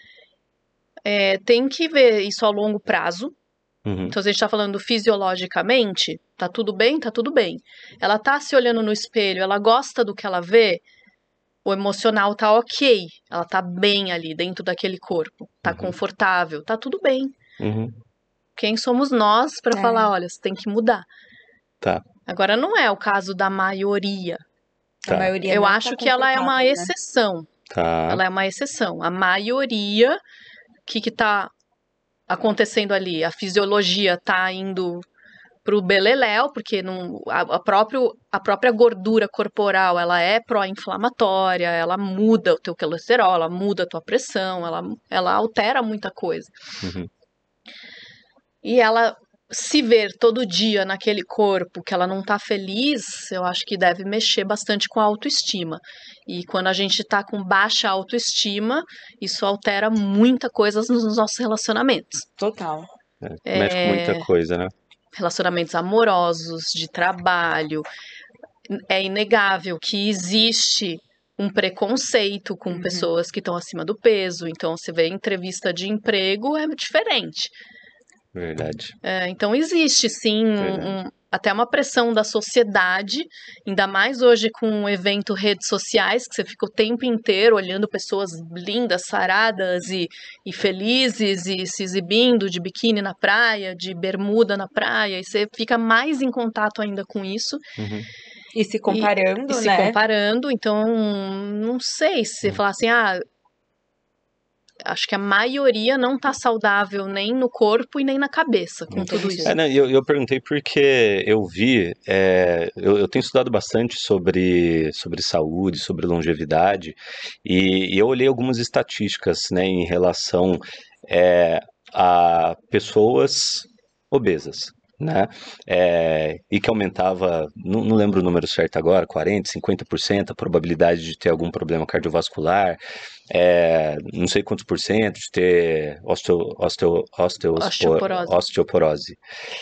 Speaker 2: Tem que ver isso a longo prazo. Então, se a gente está falando fisiologicamente, tá tudo bem? Tá tudo bem. Ela tá se olhando no espelho, ela gosta do que ela vê, o emocional tá ok, ela tá bem ali dentro daquele corpo, tá confortável, tá tudo bem. Quem somos nós para falar, olha, você tem que mudar.
Speaker 1: Tá.
Speaker 2: Agora, não é o caso da maioria.
Speaker 3: A maioria
Speaker 2: Eu acho que ela é uma exceção.
Speaker 1: Tá.
Speaker 2: Ela é uma exceção. A maioria, o que tá acontecendo ali? A fisiologia tá indo pro beleléu, porque a própria gordura corporal, ela é pró-inflamatória, ela muda o teu colesterol, ela muda a tua pressão, ela altera muita coisa. E ela se ver todo dia naquele corpo que ela não tá feliz, eu acho que deve mexer bastante com a autoestima. E quando a gente tá com baixa autoestima, isso altera muita coisa nos nossos relacionamentos.
Speaker 3: Total.
Speaker 1: Mexe com muita coisa, né?
Speaker 2: Relacionamentos amorosos, de trabalho. É inegável que existe um preconceito com pessoas que estão acima do peso. Então, você vê entrevista de emprego, é diferente.
Speaker 1: Verdade.
Speaker 2: Então, existe sim até uma pressão da sociedade, ainda mais hoje com o evento redes sociais, que você fica o tempo inteiro olhando pessoas lindas, saradas e felizes e se exibindo de biquíni na praia, de bermuda na praia, e você fica mais em contato ainda com isso.
Speaker 3: E se comparando,
Speaker 2: e se comparando, então não sei se você falar assim, acho que a maioria não tá saudável nem no corpo e nem na cabeça com tudo isso.
Speaker 1: Eu perguntei porque eu vi, eu tenho estudado bastante sobre saúde, sobre longevidade, e eu olhei algumas estatísticas, né, em relação a pessoas obesas. Né? E que aumentava, não lembro o número certo agora, 40%, 50% a probabilidade de ter algum problema cardiovascular, não sei quantos por cento de ter osteoporose.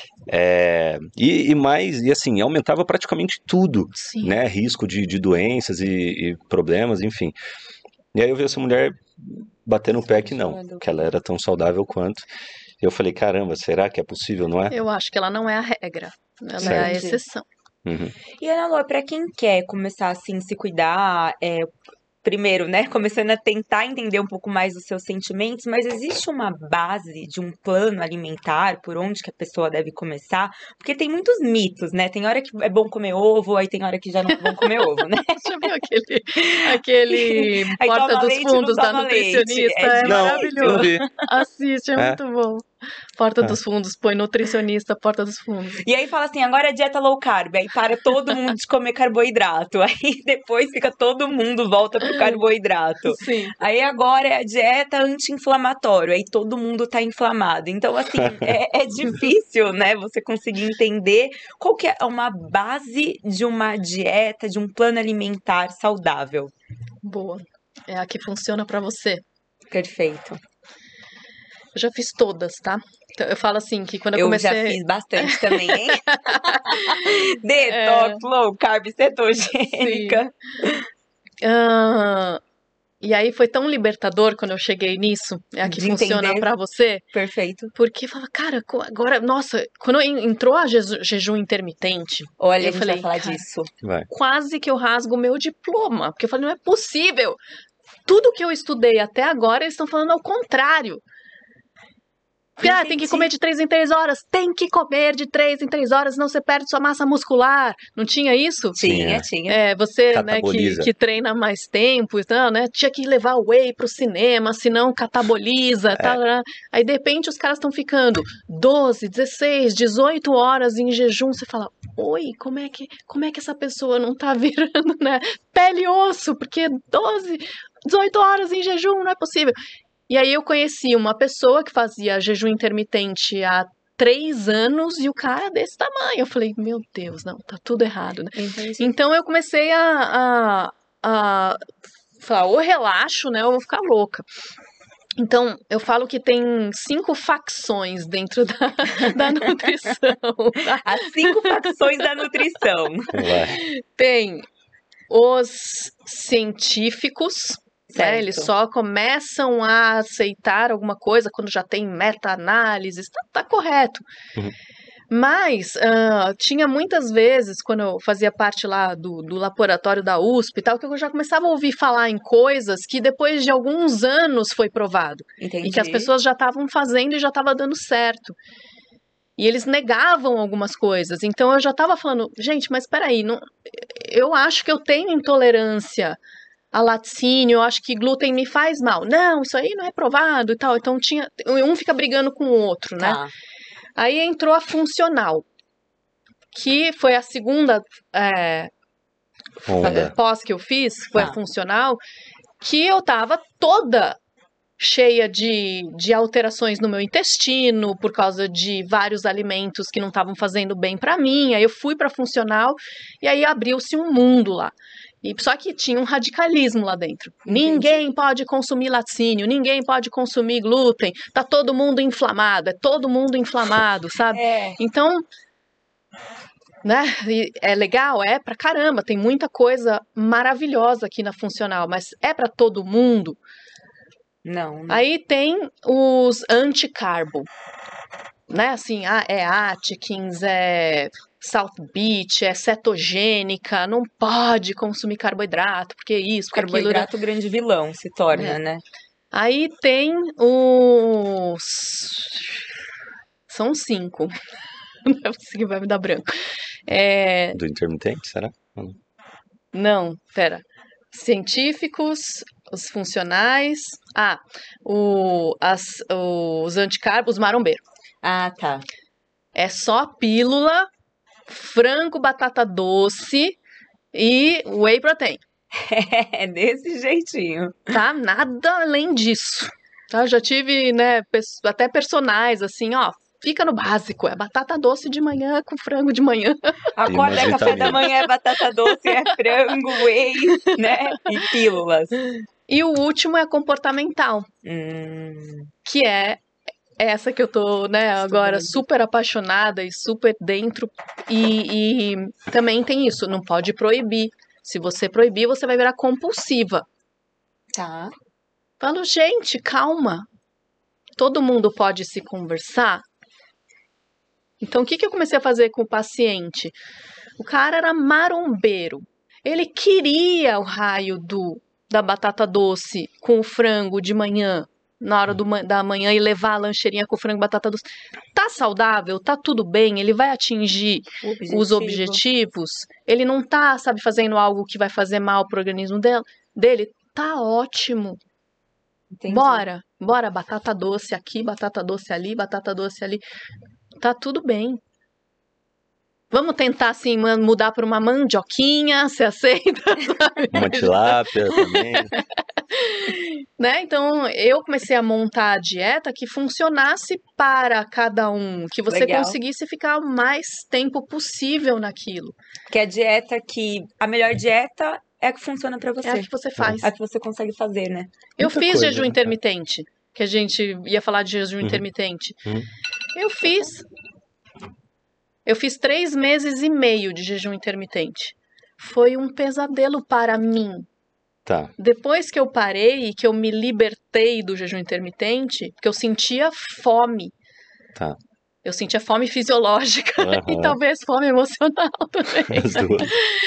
Speaker 1: E assim, aumentava praticamente tudo, né? Risco de doenças e problemas, enfim. E aí eu vi essa mulher bater no pé que não, que ela era tão saudável quanto. Eu falei, caramba, será que é possível, não é?
Speaker 2: Eu acho que ela não é a regra, ela é a exceção.
Speaker 3: E Ana Lua, pra quem quer começar assim, se cuidar, primeiro, né, começando a tentar entender um pouco mais dos seus sentimentos, mas existe uma base de um plano alimentar por onde que a pessoa deve começar? Porque tem muitos mitos, né? Tem hora que é bom comer ovo, aí tem hora que já não é bom comer ovo, né?
Speaker 2: Já viu aquele Porta dos Fundos da nutricionista? É maravilhoso.
Speaker 1: Não vi.
Speaker 2: Assiste, é muito bom. Porta dos Fundos, põe nutricionista, Porta dos Fundos.
Speaker 3: E aí fala assim, agora é dieta low carb, aí para todo mundo de comer carboidrato, aí depois fica todo mundo volta pro carboidrato.
Speaker 2: Sim.
Speaker 3: Aí agora é a dieta anti-inflamatório, aí todo mundo tá inflamado. Então, assim, é difícil, né, você conseguir entender qual que é uma base de uma dieta, de um plano alimentar saudável.
Speaker 2: Boa. É a que funciona pra você.
Speaker 3: Perfeito.
Speaker 2: Eu já fiz todas, tá? Então, eu falo assim, que quando eu comecei...
Speaker 3: Eu já fiz bastante também, hein? Detox, low carb, cetogênica.
Speaker 2: E aí foi tão libertador quando eu cheguei nisso, é a que
Speaker 3: De
Speaker 2: funciona
Speaker 3: entender.
Speaker 2: pra você,
Speaker 3: Perfeito.
Speaker 2: porque eu falava, cara, agora, nossa, quando entrou a jejum intermitente,
Speaker 3: Olha,
Speaker 2: eu
Speaker 3: a gente
Speaker 2: falei,
Speaker 3: vai falar
Speaker 2: cara,
Speaker 3: disso.
Speaker 1: Vai.
Speaker 2: quase que eu rasgo o meu diploma, porque eu falei, não é possível. Tudo que eu estudei até agora, eles estão falando ao contrário. Porque, tem que comer de 3 em 3 horas. Tem que comer de 3 em 3 horas, senão você perde sua massa muscular. Não tinha isso?
Speaker 3: Tinha.
Speaker 2: Você, né,
Speaker 1: Cataboliza.
Speaker 2: que treina mais tempo, então, né, tinha que levar whey pro cinema, senão cataboliza, tal, né? Aí, de repente, os caras estão ficando 12, 16, 18 horas em jejum. Você fala, oi, como é que essa pessoa não tá virando, né, pele e osso? Porque 12, 18 horas em jejum, não é possível. E aí eu conheci uma pessoa que fazia jejum intermitente há 3 anos e o cara é desse tamanho. Eu falei, meu Deus, não, tá tudo errado, né?
Speaker 3: Entendi.
Speaker 2: Então eu comecei a falar, ou relaxo, né, ou vou ficar louca. Então, eu falo que tem 5 facções dentro da nutrição.
Speaker 3: As 5 facções da nutrição.
Speaker 1: Vai.
Speaker 2: Tem os científicos, né, eles só começam a aceitar alguma coisa quando já tem meta-análises, tá correto.
Speaker 1: Uhum.
Speaker 2: Mas tinha muitas vezes, quando eu fazia parte lá do laboratório da USP e tal, que eu já começava a ouvir falar em coisas que depois de alguns anos foi provado.
Speaker 3: Entendi.
Speaker 2: E que as pessoas já estavam fazendo e já estava dando certo. E eles negavam algumas coisas. Então eu já estava falando, gente, mas peraí, eu acho que eu tenho intolerância a laticínio, eu acho que glúten me faz mal. Não, isso aí não é provado e tal. Então um fica brigando com o outro, né?
Speaker 3: Tá.
Speaker 2: Aí entrou a funcional, que foi a segunda pós que eu fiz, foi a funcional, que eu tava toda cheia de alterações no meu intestino, por causa de vários alimentos que não estavam fazendo bem para mim. Aí eu fui para funcional e aí abriu-se um mundo lá. E só que tinha um radicalismo lá dentro. Entendi. Ninguém pode consumir laticínio, ninguém pode consumir glúten, tá todo mundo inflamado, é todo mundo inflamado, sabe? Então, né, é legal, é pra caramba, tem muita coisa maravilhosa aqui na funcional, mas é pra todo mundo?
Speaker 3: Não.
Speaker 2: Aí tem os anticarbo, né, assim, é Atkins, é South Beach, é cetogênica, não pode consumir carboidrato, porque isso, porque
Speaker 3: carboidrato
Speaker 2: aquilo...
Speaker 3: grande vilão se torna, né?
Speaker 2: Aí tem os... São 5. Não é possível que vai me dar branco.
Speaker 1: Do intermitente, será?
Speaker 2: Não, pera. Científicos, os funcionais... os anticarbos, os marombeiros.
Speaker 3: Ah, tá.
Speaker 2: É só pílula, frango, batata doce e whey protein.
Speaker 3: É desse jeitinho.
Speaker 2: Tá? Nada além disso. Tá? Eu já tive, né, até personagens assim, ó, fica no básico, é batata doce de manhã com frango de manhã.
Speaker 3: Acorda, café da manhã é batata doce, é frango, whey, né, e pílulas.
Speaker 2: E o último é comportamental, que é essa que eu tô, né, agora super apaixonada e super dentro, e também tem isso, não pode proibir. Se você proibir, você vai virar compulsiva.
Speaker 3: Tá.
Speaker 2: Falo, gente, calma. Todo mundo pode se conversar? Então, o que eu comecei a fazer com o paciente? O cara era marombeiro. Ele queria o raio da batata doce com o frango de manhã, na hora da manhã, e levar a lancheirinha com frango e batata doce. Tá saudável? Tá tudo bem? Ele vai atingir os objetivos? Ele não tá, sabe, fazendo algo que vai fazer mal pro organismo dele? Tá ótimo. Entendi. Bora, batata doce aqui, batata doce ali, batata doce ali. Tá tudo bem. Vamos tentar, assim, mudar para uma mandioquinha, você aceita?
Speaker 1: Uma tilápia também.
Speaker 2: Né? Então, eu comecei a montar a dieta que funcionasse para cada um, que você conseguisse ficar o mais tempo possível naquilo.
Speaker 3: Que a melhor dieta é a que funciona para você.
Speaker 2: É a que você faz.
Speaker 3: É a que você consegue fazer, né?
Speaker 2: Eu fiz jejum intermitente, que a gente ia falar de jejum intermitente. Eu fiz 3 meses e meio de jejum intermitente. Foi um pesadelo para mim.
Speaker 1: Tá.
Speaker 2: Depois que eu parei e que eu me libertei do jejum intermitente, porque eu sentia fome.
Speaker 1: Tá.
Speaker 2: Eu sentia fome fisiológica e
Speaker 1: Aham.
Speaker 2: talvez fome emocional também.
Speaker 1: As duas.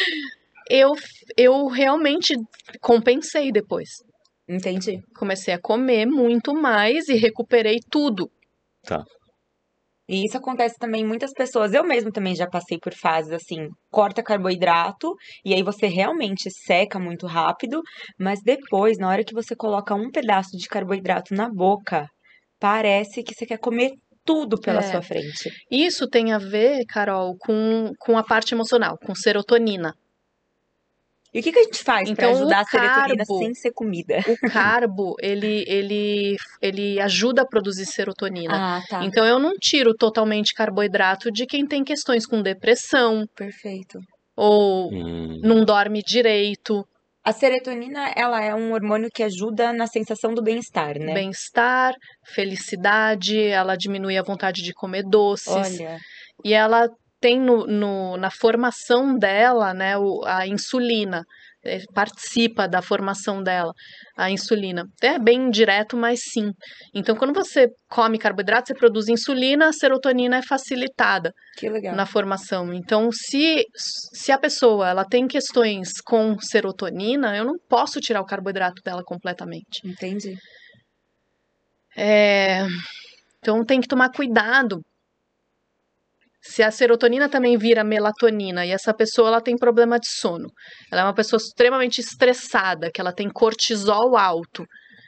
Speaker 2: Eu realmente compensei depois.
Speaker 3: Entendi.
Speaker 2: Comecei a comer muito mais e recuperei tudo.
Speaker 1: Tá.
Speaker 3: E isso acontece também em muitas pessoas. Eu mesmo também já passei por fases assim, corta carboidrato e aí você realmente seca muito rápido, mas depois, na hora que você coloca um pedaço de carboidrato na boca, parece que você quer comer tudo pela
Speaker 2: É.
Speaker 3: sua frente.
Speaker 2: Isso tem a ver, Carol, com a parte emocional, com serotonina.
Speaker 3: E o que a gente faz para
Speaker 2: Então,
Speaker 3: ajudar a serotonina sem ser comida?
Speaker 2: o carbo, ele ajuda a produzir serotonina.
Speaker 3: Ah, tá.
Speaker 2: Então, eu não tiro totalmente carboidrato de quem tem questões com depressão
Speaker 3: Perfeito.
Speaker 2: ou não dorme direito,
Speaker 3: A serotonina, ela é um hormônio que ajuda na sensação do bem-estar, né?
Speaker 2: bem-estar, felicidade, ela diminui a vontade de comer doces.
Speaker 3: Olha,
Speaker 2: E ela tem na formação dela, né, a insulina, participa da formação dela, a insulina. É bem direto, mas sim. Então, quando você come carboidrato, você produz insulina, a serotonina é facilitada
Speaker 3: que legal.
Speaker 2: na formação. Então, se a pessoa ela tem questões com serotonina, eu não posso tirar o carboidrato dela completamente.
Speaker 3: Entendi.
Speaker 2: Então, tem que tomar cuidado. Se a serotonina também vira melatonina e essa pessoa ela tem problema de sono, ela é uma pessoa extremamente estressada, que ela tem cortisol alto.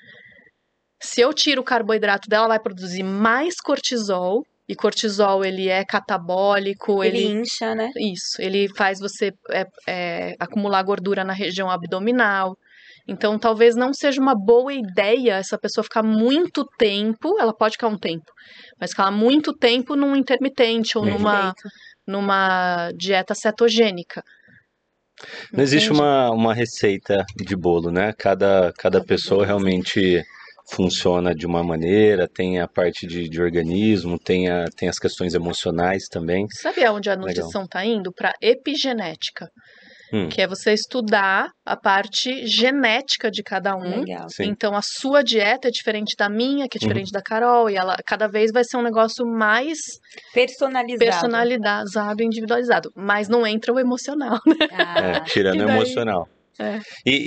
Speaker 2: Se eu tiro o carboidrato dela, ela vai produzir mais cortisol, e cortisol ele é catabólico,
Speaker 3: Ele incha, né?
Speaker 2: Isso, ele faz você acumular gordura na região abdominal. Então, talvez não seja uma boa ideia essa pessoa ficar muito tempo, ela pode ficar um tempo, mas ficar muito tempo num intermitente ou
Speaker 3: Perfeito.
Speaker 2: numa dieta cetogênica.
Speaker 1: Não existe
Speaker 2: Entende?
Speaker 1: uma receita de bolo, né? Cada pessoa realmente funciona de uma maneira, tem a parte de organismo, tem as questões emocionais também.
Speaker 2: Sabe aonde a
Speaker 1: Legal.
Speaker 2: nutrição está indo? Para epigenética,
Speaker 1: Hum,
Speaker 2: que é você estudar a parte genética de cada um.
Speaker 3: Legal.
Speaker 1: sim.
Speaker 2: Então, a sua dieta é diferente da minha, que é diferente da Carol, e ela cada vez vai ser um negócio mais personalizado, individualizado. Mas não entra o emocional, né?
Speaker 3: Ah,
Speaker 1: Tirando
Speaker 2: e
Speaker 1: o
Speaker 2: daí-
Speaker 1: emocional.
Speaker 2: É.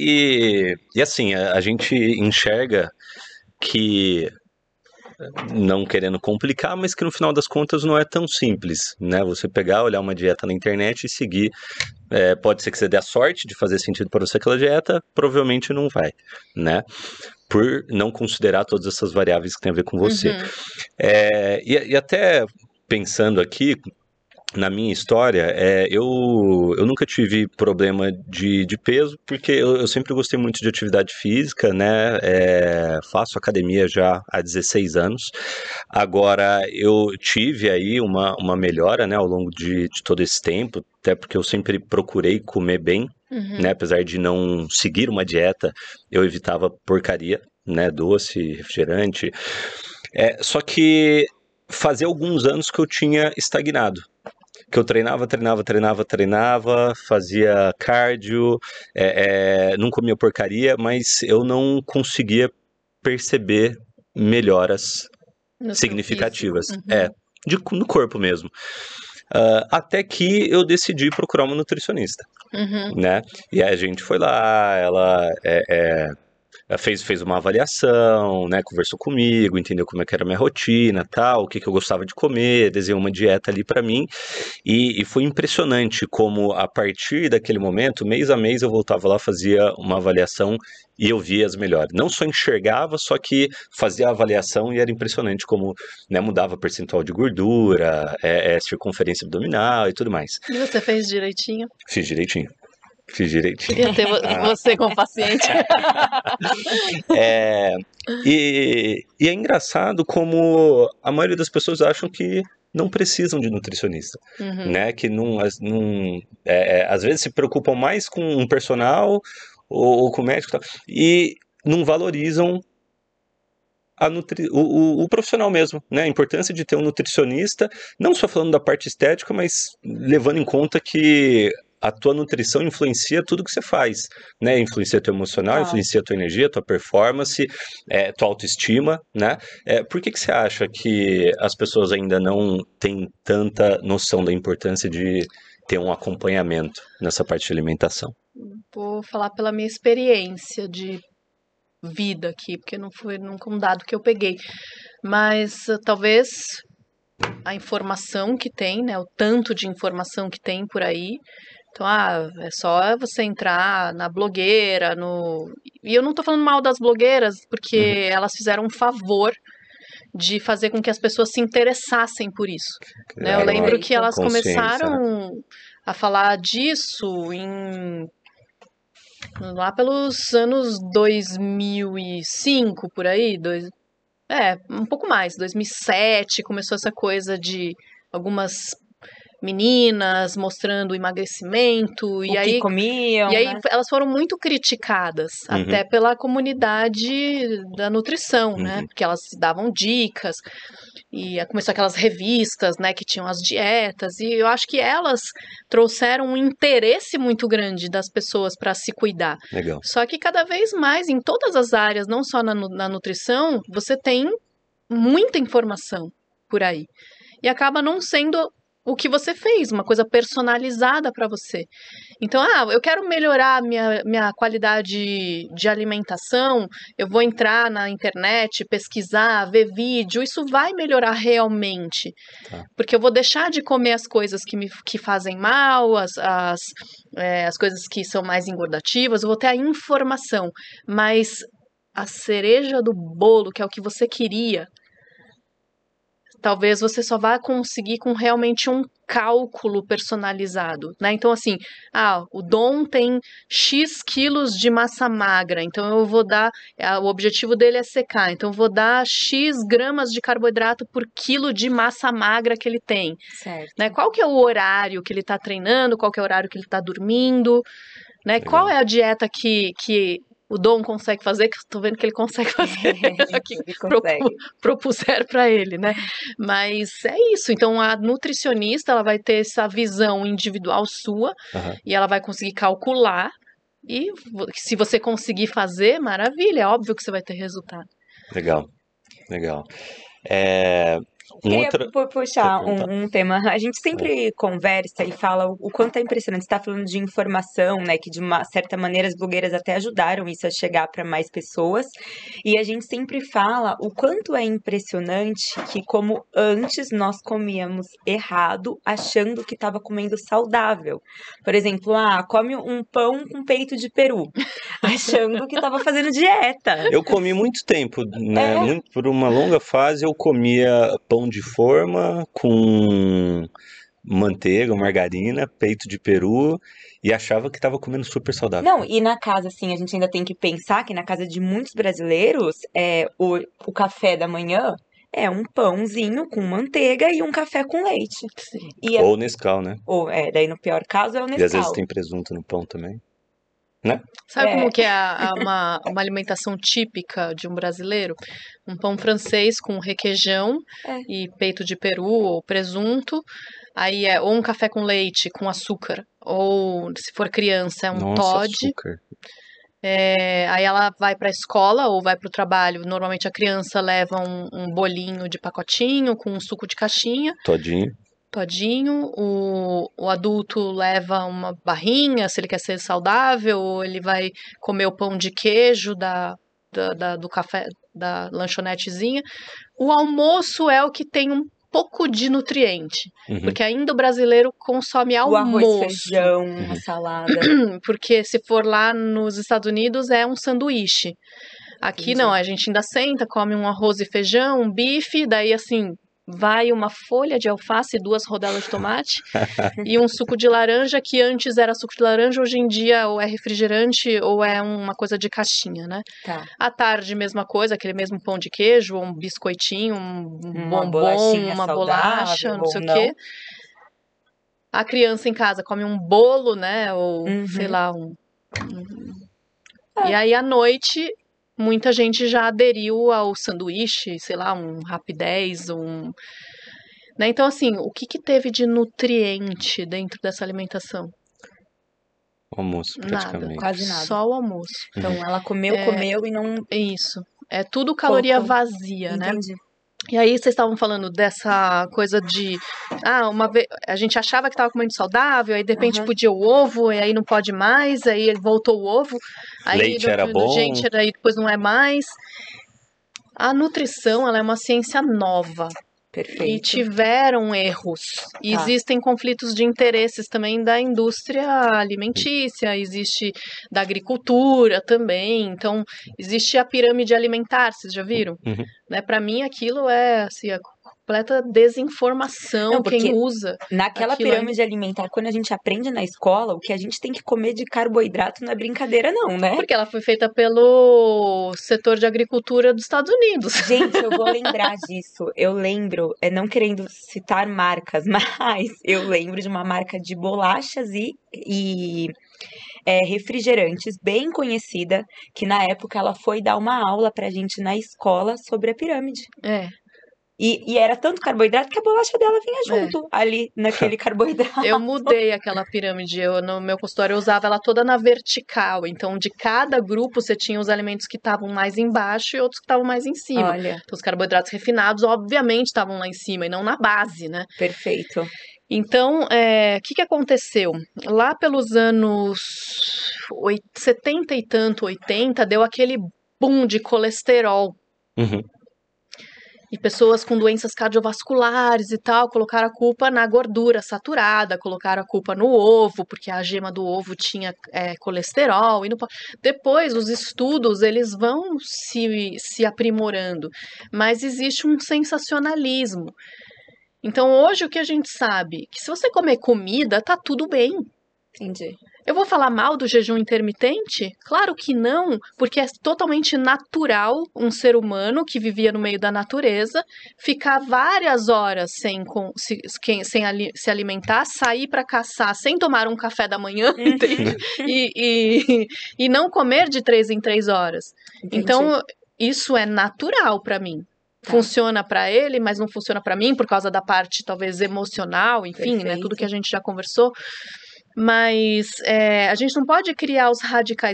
Speaker 1: E assim, a gente enxerga que, não querendo complicar, mas que no final das contas não é tão simples, né? Você pegar, olhar uma dieta na internet e seguir. Pode ser que você dê a sorte de fazer sentido para você aquela dieta, provavelmente não vai, né? Por não considerar todas essas variáveis que tem a ver com você.
Speaker 2: Uhum.
Speaker 1: E até pensando aqui, na minha história, eu nunca tive problema de peso, porque eu sempre gostei muito de atividade física, né? Faço academia já há 16 anos. Agora, eu tive aí uma melhora, né, ao longo de todo esse tempo, até porque eu sempre procurei comer bem,
Speaker 2: Uhum.
Speaker 1: né? Apesar de não seguir uma dieta, eu evitava porcaria, né? Doce, refrigerante. Só que fazia alguns anos que eu tinha estagnado. Que eu treinava, fazia cardio, não comia porcaria, mas eu não conseguia perceber melhoras
Speaker 2: No seu
Speaker 1: significativas.
Speaker 2: físico. Uhum.
Speaker 1: No corpo mesmo. Até que eu decidi procurar uma nutricionista,
Speaker 2: Uhum.
Speaker 1: né? E aí a gente foi lá, ela fez uma avaliação, né, conversou comigo, entendeu como é que era a minha rotina, tal, o que eu gostava de comer, desenhou uma dieta ali para mim, e foi impressionante como a partir daquele momento, mês a mês eu voltava lá, fazia uma avaliação e eu via as melhores. Não só enxergava, só que fazia a avaliação e era impressionante como, né, mudava percentual de gordura, circunferência abdominal e tudo mais.
Speaker 2: E você fez direitinho?
Speaker 1: Fiz direitinho.
Speaker 2: Queria ter você como paciente.
Speaker 1: E é engraçado como a maioria das pessoas acham que não precisam de nutricionista,
Speaker 2: Uhum.
Speaker 1: né? Que às vezes se preocupam mais com um personal ou com o médico e não valorizam o profissional mesmo, né? A importância de ter um nutricionista, não só falando da parte estética, mas levando em conta que a tua nutrição influencia tudo que você faz, né? Influencia teu emocional, influencia tua energia, tua performance, tua autoestima, né? Por que você acha que as pessoas ainda não têm tanta noção da importância de ter um acompanhamento nessa parte de alimentação?
Speaker 2: Vou falar pela minha experiência de vida aqui, porque não foi nunca um dado que eu peguei, mas talvez a informação que tem, né, o tanto de informação que tem por aí. Então, é só você entrar na blogueira, E eu não tô falando mal das blogueiras, porque elas fizeram um favor de fazer com que as pessoas se interessassem por isso. Né? Eu lembro que elas começaram a falar disso lá pelos anos 2005, por aí, um pouco mais, 2007, começou essa coisa de algumas meninas mostrando o emagrecimento e aí
Speaker 3: comiam,
Speaker 2: né? Elas foram muito criticadas até pela comunidade da nutrição, né? Porque elas davam dicas e começou aquelas revistas, né, que tinham as dietas, e eu acho que elas trouxeram um interesse muito grande das pessoas para se cuidar.
Speaker 1: Legal.
Speaker 2: Só que cada vez mais, em todas as áreas, não só na nutrição, você tem muita informação por aí. E acaba não sendo o que você fez, uma coisa personalizada para você. Então, eu quero melhorar minha qualidade de alimentação, eu vou entrar na internet, pesquisar, ver vídeo, isso vai melhorar realmente.
Speaker 1: Tá.
Speaker 2: Porque eu vou deixar de comer as coisas que fazem mal, as coisas que são mais engordativas, eu vou ter a informação, mas a cereja do bolo, que é o que você queria, talvez você só vá conseguir com realmente um cálculo personalizado, né? Então, assim, o Dom tem X quilos de massa magra, então eu vou dar, o objetivo dele é secar, então eu vou dar X gramas de carboidrato por quilo de massa magra que ele tem.
Speaker 3: Certo.
Speaker 2: Né? Qual que é o horário que ele está treinando, qual que é o horário que ele está dormindo, né? Qual é a dieta que o Dom consegue fazer, que eu tô vendo que ele consegue fazer, que propuseram para ele, né? Mas é isso, então a nutricionista, ela vai ter essa visão individual sua, e ela vai conseguir calcular, e se você conseguir fazer, maravilha, é óbvio que você vai ter resultado.
Speaker 1: Legal.
Speaker 3: Queria puxar um tema. A gente sempre conversa e fala o quanto é impressionante. Você está falando de informação, né? Que de uma certa maneira as blogueiras até ajudaram isso a chegar para mais pessoas. E a gente sempre fala o quanto é impressionante que, como antes, nós comíamos errado, achando que estava comendo saudável. Por exemplo, come um pão com peito de peru, achando que estava fazendo dieta.
Speaker 1: Eu comi muito tempo, né? Por uma longa fase eu comia pão de forma com manteiga, margarina, peito de peru e achava que estava comendo super saudável.
Speaker 3: Não, e na casa, assim, a gente ainda tem que pensar que na casa de muitos brasileiros, o café da manhã é um pãozinho com manteiga e um café com leite.
Speaker 1: Ou Nescau, né?
Speaker 3: Ou, daí no pior caso é o Nescau.
Speaker 1: E às vezes tem presunto no pão também. Né?
Speaker 2: Sabe como que é uma alimentação típica de um brasileiro? Um pão francês com requeijão e peito de peru ou presunto. Aí ou um café com leite com açúcar. Ou, se for criança, é um Toddy.
Speaker 1: Açúcar.
Speaker 2: Aí ela vai para a escola ou vai para o trabalho. Normalmente a criança leva um bolinho de pacotinho com um suco de caixinha. Todinho, o adulto leva uma barrinha, se ele quer ser saudável, ou ele vai comer o pão de queijo do café, da lanchonetezinha. O almoço é o que tem um pouco de nutriente, porque ainda o brasileiro consome almoço.
Speaker 3: O arroz, feijão, a salada.
Speaker 2: Porque se for lá nos Estados Unidos é um sanduíche. Aqui não, a gente ainda senta, come um arroz e feijão, um bife, daí assim... vai uma folha de alface e 2 rodelas de tomate e um suco de laranja, que antes era suco de laranja, hoje em dia ou é refrigerante ou é uma coisa de caixinha, né?
Speaker 3: Tá.
Speaker 2: À tarde, mesma coisa, aquele mesmo pão de queijo, um biscoitinho,
Speaker 3: uma
Speaker 2: bombom, uma bolacha, não sei o quê. A criança em casa come um bolo, né? Ou, sei lá, E aí, à noite... muita gente já aderiu ao sanduíche, sei lá, um Rapidez, né? Então, assim, o que teve de nutriente dentro dessa alimentação?
Speaker 1: Almoço,
Speaker 2: Nada,
Speaker 1: praticamente.
Speaker 3: Quase nada.
Speaker 2: só o almoço.
Speaker 3: Então ela comeu e não
Speaker 2: Isso. É tudo caloria
Speaker 3: colocou.
Speaker 2: vazia, né?
Speaker 3: Entendi.
Speaker 2: E aí vocês estavam falando dessa coisa de uma vez a gente achava que estava comendo saudável, aí de repente
Speaker 3: Aham.
Speaker 2: podia o ovo, e aí não pode mais, aí ele voltou o ovo, aí
Speaker 1: Leite era bom.
Speaker 2: gente, aí depois não é mais. A nutrição, ela é uma ciência nova. E
Speaker 3: Perfeito.
Speaker 2: tiveram erros. E
Speaker 3: Tá.
Speaker 2: existem conflitos de interesses também da indústria alimentícia, existe da agricultura também. Então, existe a pirâmide alimentar, vocês já viram?
Speaker 1: Uhum.
Speaker 2: Né? Para mim, aquilo é assim, a completa desinformação.
Speaker 3: Não, porque
Speaker 2: Quem usa.
Speaker 3: Naquela
Speaker 2: aquilo
Speaker 3: pirâmide alimentar, quando a gente aprende na escola, o que a gente tem que comer de carboidrato não é brincadeira, não, né?
Speaker 2: Porque ela foi feita pelo setor de agricultura dos Estados Unidos.
Speaker 3: Gente, eu vou lembrar disso. Eu lembro, não querendo citar marcas, mas eu lembro de uma marca de bolachas e refrigerantes bem conhecida, que na época ela foi dar uma aula pra gente na escola sobre a pirâmide.
Speaker 2: É.
Speaker 3: E era tanto carboidrato que a bolacha dela vinha junto, ali naquele carboidrato.
Speaker 2: Eu mudei aquela pirâmide. No meu consultório eu usava ela toda na vertical. Então, de cada grupo, você tinha os alimentos que estavam mais embaixo e outros que estavam mais em cima.
Speaker 3: Olha,
Speaker 2: Então, os carboidratos refinados, obviamente, estavam lá em cima e não na base, né?
Speaker 3: perfeito.
Speaker 2: Então, o que aconteceu? Lá pelos anos 70 e tanto, 80, deu aquele boom de colesterol.
Speaker 1: Uhum.
Speaker 2: E pessoas com doenças cardiovasculares e tal, colocaram a culpa na gordura saturada, colocaram a culpa no ovo, porque a gema do ovo tinha colesterol. E depois, os estudos, eles vão se aprimorando. Mas existe um sensacionalismo. Então, hoje, o que a gente sabe? Que se você comer comida, tá tudo bem.
Speaker 3: Entendi.
Speaker 2: Eu vou falar mal do jejum intermitente? Claro que não, porque é totalmente natural um ser humano que vivia no meio da natureza ficar várias horas sem se alimentar, sair para caçar sem tomar um café da manhã, entende? E não comer de 3 em 3 horas.
Speaker 3: Entendi.
Speaker 2: Então, isso é natural para mim.
Speaker 3: Tá.
Speaker 2: Funciona para ele, mas não funciona para mim por causa da parte talvez emocional, enfim, né?
Speaker 3: Perfeito.
Speaker 2: Tudo que a gente já conversou. Mas a gente não pode criar os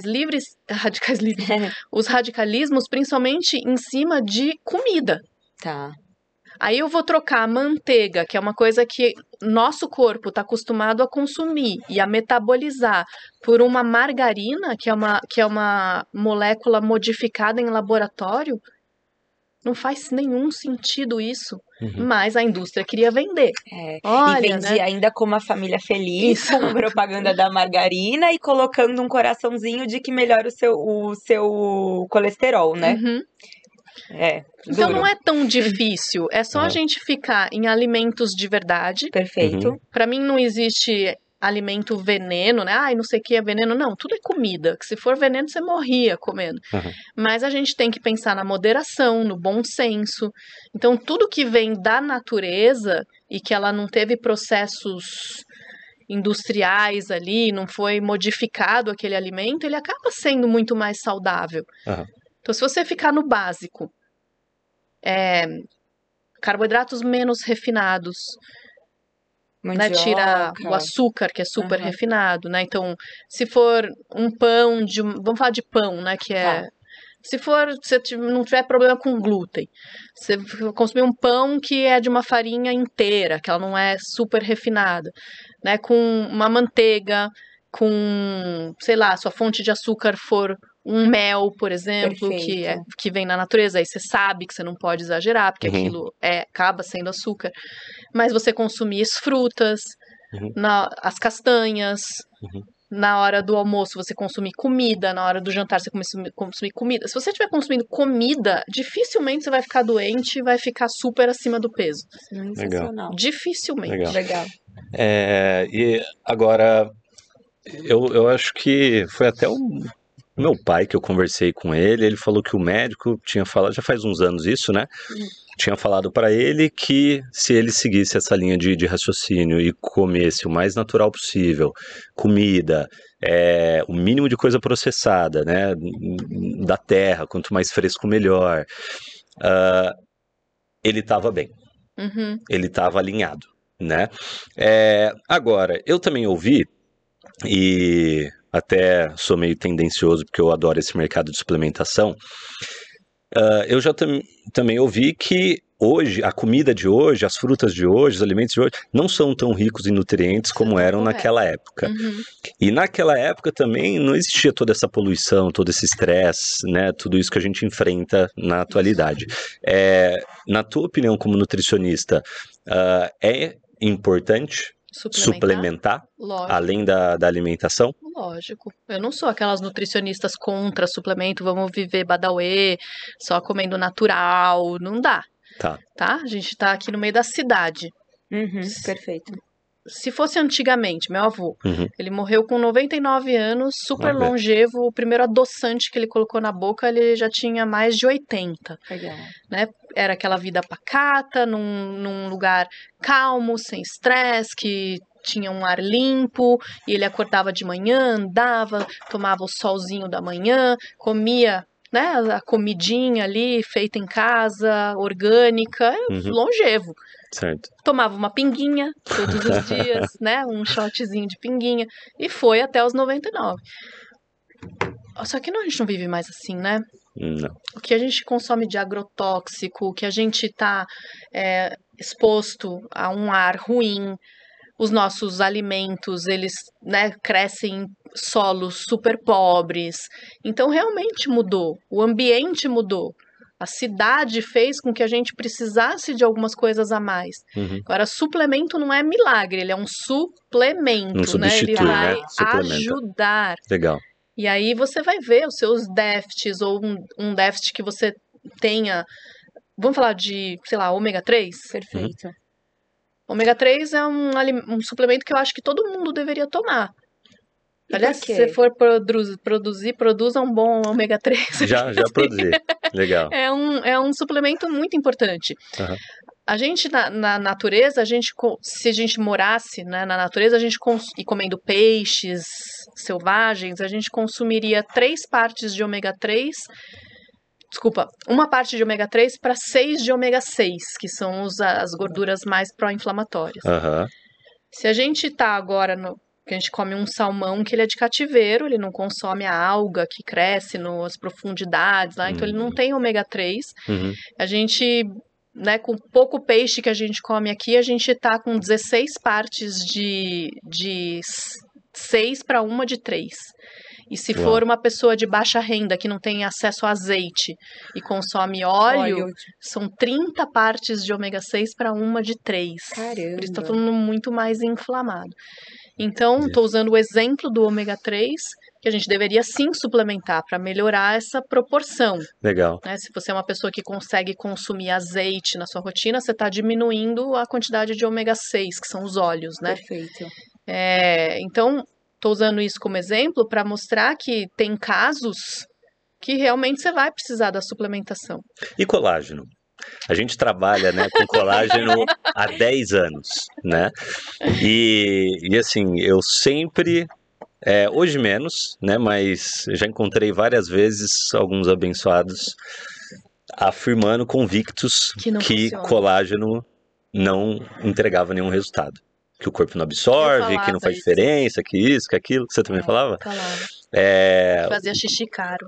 Speaker 2: os radicalismos, principalmente em cima de comida.
Speaker 3: Tá.
Speaker 2: Aí eu vou trocar a manteiga, que é uma coisa que nosso corpo está acostumado a consumir e a metabolizar, por uma margarina, que é uma molécula modificada em laboratório. Não faz nenhum sentido isso.
Speaker 1: Uhum.
Speaker 2: Mas a indústria queria vender. Olha,
Speaker 3: e vendia,
Speaker 2: né?
Speaker 3: ainda como a família feliz,
Speaker 2: Isso.
Speaker 3: com propaganda da margarina e colocando um coraçãozinho de que melhora o seu colesterol, né?
Speaker 2: Uhum.
Speaker 3: Duro.
Speaker 2: Então não é tão difícil. É só a
Speaker 1: Uhum.
Speaker 2: gente ficar em alimentos de verdade.
Speaker 3: Perfeito.
Speaker 1: Uhum.
Speaker 2: Pra mim não existe alimento veneno, né? Ai, não sei o que é veneno. Não, tudo é comida. Que se for veneno, você morria comendo.
Speaker 1: Uhum.
Speaker 2: Mas a gente tem que pensar na moderação, no bom senso. Então, tudo que vem da natureza e que ela não teve processos industriais ali, não foi modificado aquele alimento, ele acaba sendo muito mais saudável.
Speaker 1: Uhum.
Speaker 2: Então, se você ficar no básico, carboidratos menos refinados, né, tira o açúcar, que é super refinado, né? Então, se for um pão vamos falar de pão, né, que é
Speaker 3: Tá.
Speaker 2: se você não tiver problema com glúten, você consumir um pão que é de uma farinha inteira, que ela não é super refinada, né, com uma manteiga, com, sei lá, sua fonte de açúcar for um mel, por exemplo, que vem na natureza, aí você sabe que você não pode exagerar, porque aquilo acaba sendo açúcar. Mas você consumir as frutas, as castanhas, na hora do almoço você consumir comida, na hora do jantar você consumir comida. Se você estiver consumindo comida, dificilmente você vai ficar doente e vai ficar super acima do peso.
Speaker 3: Sensacional.
Speaker 2: Dificilmente.
Speaker 3: Legal.
Speaker 1: E agora, eu acho que foi até o meu pai que eu conversei com ele falou que o médico tinha falado, já faz uns anos isso, né? Tinha falado para ele que se ele seguisse essa linha de raciocínio e comesse o mais natural possível, comida, o mínimo de coisa processada, né, da terra, quanto mais fresco melhor, ele estava bem, ele estava alinhado, né? Agora, eu também ouvi, e até sou meio tendencioso, porque eu adoro esse mercado de suplementação, eu já também ouvi que hoje, a comida de hoje, as frutas de hoje, os alimentos de hoje, não são tão ricos em nutrientes como eram naquela época.
Speaker 2: Uhum.
Speaker 1: E naquela época também não existia toda essa poluição, todo esse estresse, né? Tudo isso que a gente enfrenta na atualidade. Na tua opinião, como nutricionista, é importante suplementar
Speaker 2: Lógico.
Speaker 1: além da alimentação?
Speaker 2: Lógico. Eu não sou aquelas nutricionistas contra suplemento, vamos viver badauê, só comendo natural, não dá.
Speaker 1: Tá.
Speaker 2: A gente tá aqui no meio da cidade.
Speaker 3: Perfeito.
Speaker 2: Se fosse antigamente, meu avô, ele morreu com 99 anos, super longevo, o primeiro adoçante que ele colocou na boca, ele já tinha mais de 80.
Speaker 3: Legal.
Speaker 2: Né? Era aquela vida pacata, num lugar calmo, sem estresse, que tinha um ar limpo, e ele acordava de manhã, andava, tomava o solzinho da manhã, comia, né, a comidinha ali, feita em casa, orgânica, longevo.
Speaker 1: Certo.
Speaker 2: Tomava uma pinguinha todos os dias, né, um shotzinho de pinguinha, e foi até os 99. Só que a gente não vive mais assim, né?
Speaker 1: Não.
Speaker 2: O que a gente consome de agrotóxico, o que a gente está exposto a um ar ruim, os nossos alimentos, eles, né, crescem em solos super pobres. Então, realmente mudou. O ambiente mudou. A cidade fez com que a gente precisasse de algumas coisas a mais. Agora, suplemento não é milagre, ele é um suplemento,
Speaker 1: Não substitui,
Speaker 2: né? Ele vai
Speaker 1: Suplementa.
Speaker 2: ajudar.
Speaker 1: Legal.
Speaker 2: E aí você vai ver os seus déficits, ou um déficit que você tenha. Vamos falar de, sei lá, ômega 3?
Speaker 3: Perfeito.
Speaker 2: Ômega 3 é um suplemento que eu acho que todo mundo deveria tomar.
Speaker 3: E
Speaker 2: Aliás,
Speaker 3: por
Speaker 2: se
Speaker 3: quê?
Speaker 2: você for produza um bom ômega 3.
Speaker 1: Já produzi. Legal.
Speaker 2: É um suplemento muito importante. A gente, na natureza, se a gente morasse, né, na natureza, e comendo peixes selvagens, a gente consumiria 3 partes de ômega 3. Desculpa, 1 parte de ômega 3 para 6 de ômega 6, que são as gorduras mais pró-inflamatórias. Se a gente tá agora que a gente come um salmão que ele é de cativeiro, ele não consome a alga que cresce nas profundidades lá, então ele não tem ômega 3. A gente, né, com pouco peixe que a gente come aqui, a gente tá com 16 partes de 6 para 1 de 3. E se for uma pessoa de baixa renda que não tem acesso a azeite e consome óleo, são 30 partes de ômega 6 para 1 de 3.
Speaker 3: Caramba.
Speaker 2: Por isso tá todo mundo muito mais inflamado. Então, estou usando o exemplo do ômega 3, que a gente deveria sim suplementar para melhorar essa proporção.
Speaker 1: Legal.
Speaker 2: Né? Se você é uma pessoa que consegue consumir azeite na sua rotina, você está diminuindo a quantidade de ômega 6, que são os óleos, né?
Speaker 3: Perfeito.
Speaker 2: Então, estou usando isso como exemplo para mostrar que tem casos que realmente você vai precisar da suplementação.
Speaker 1: E colágeno? A gente trabalha, né, com colágeno há 10 anos, né? E assim, eu sempre, hoje menos, né, mas já encontrei várias vezes alguns abençoados afirmando convictos que colágeno não entregava nenhum resultado. Que o corpo não absorve, que não faz diferença, que isso, que aquilo. Você também falava?
Speaker 2: Falava. Fazia xixi caro.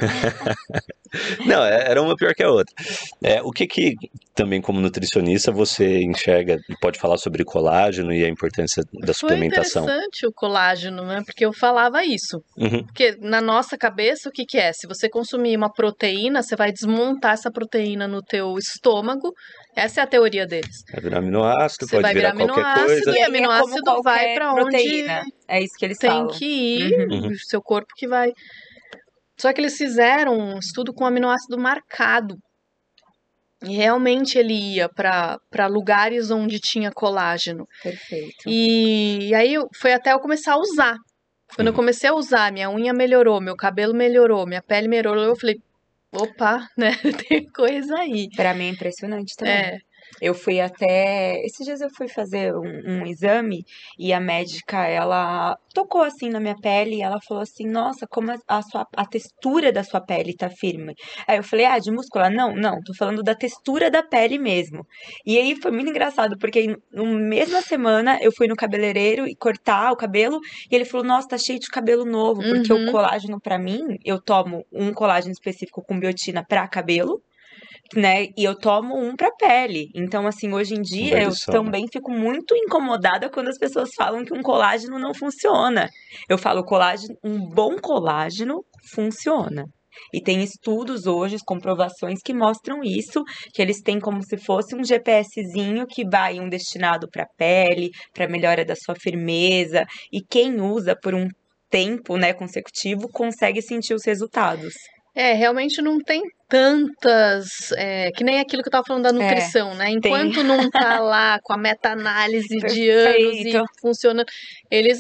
Speaker 1: Não, era uma pior que a outra. O que também como nutricionista você enxerga, pode falar sobre colágeno e a importância da suplementação?
Speaker 2: Foi interessante o colágeno, né? Porque eu falava isso. Porque na nossa cabeça, o que é? Se você consumir uma proteína, você vai desmontar essa proteína no teu estômago. Essa é a teoria deles.
Speaker 1: Vai virar aminoácido,
Speaker 2: você
Speaker 1: pode virar qualquer coisa.
Speaker 2: E aminoácido vai para onde
Speaker 3: proteína. É isso que eles falam.
Speaker 2: Tem que ir, o seu corpo que vai... Só que eles fizeram um estudo com aminoácido marcado. E realmente ele ia para lugares onde tinha colágeno.
Speaker 3: Perfeito.
Speaker 2: E aí foi até eu começar a usar. Quando eu comecei a usar, minha unha melhorou, meu cabelo melhorou, minha pele melhorou, eu falei, opa, né, tem coisa aí.
Speaker 3: Pra mim é impressionante também. Eu fui até. Esses dias eu fui fazer um exame e a médica, ela tocou assim na minha pele e ela falou assim: Nossa, como a textura da sua pele tá firme. Aí eu falei: Ah, de músculo? Não, não, tô falando da textura da pele mesmo. E aí foi muito engraçado, porque na mesma semana eu fui no cabeleireiro e cortar o cabelo e ele falou: Nossa, tá cheio de cabelo novo, porque o colágeno, pra mim, eu tomo um colágeno específico com biotina pra cabelo, né? E eu tomo um pra pele. Então, assim, hoje em dia eu
Speaker 1: Versão.
Speaker 3: também fico muito incomodada quando as pessoas falam que um colágeno não funciona. Eu falo, colágeno, um bom colágeno funciona. E tem estudos hoje, comprovações que mostram isso, que eles têm como se fosse um GPSzinho que vai um destinado para pele, para melhora da sua firmeza, e quem usa por um tempo, né, consecutivo, consegue sentir os resultados.
Speaker 2: Realmente não tem tantas, que nem aquilo que eu tava falando da nutrição, né? Enquanto não tá lá com a meta-análise de anos e
Speaker 3: Perfeito.
Speaker 2: funcionando, eles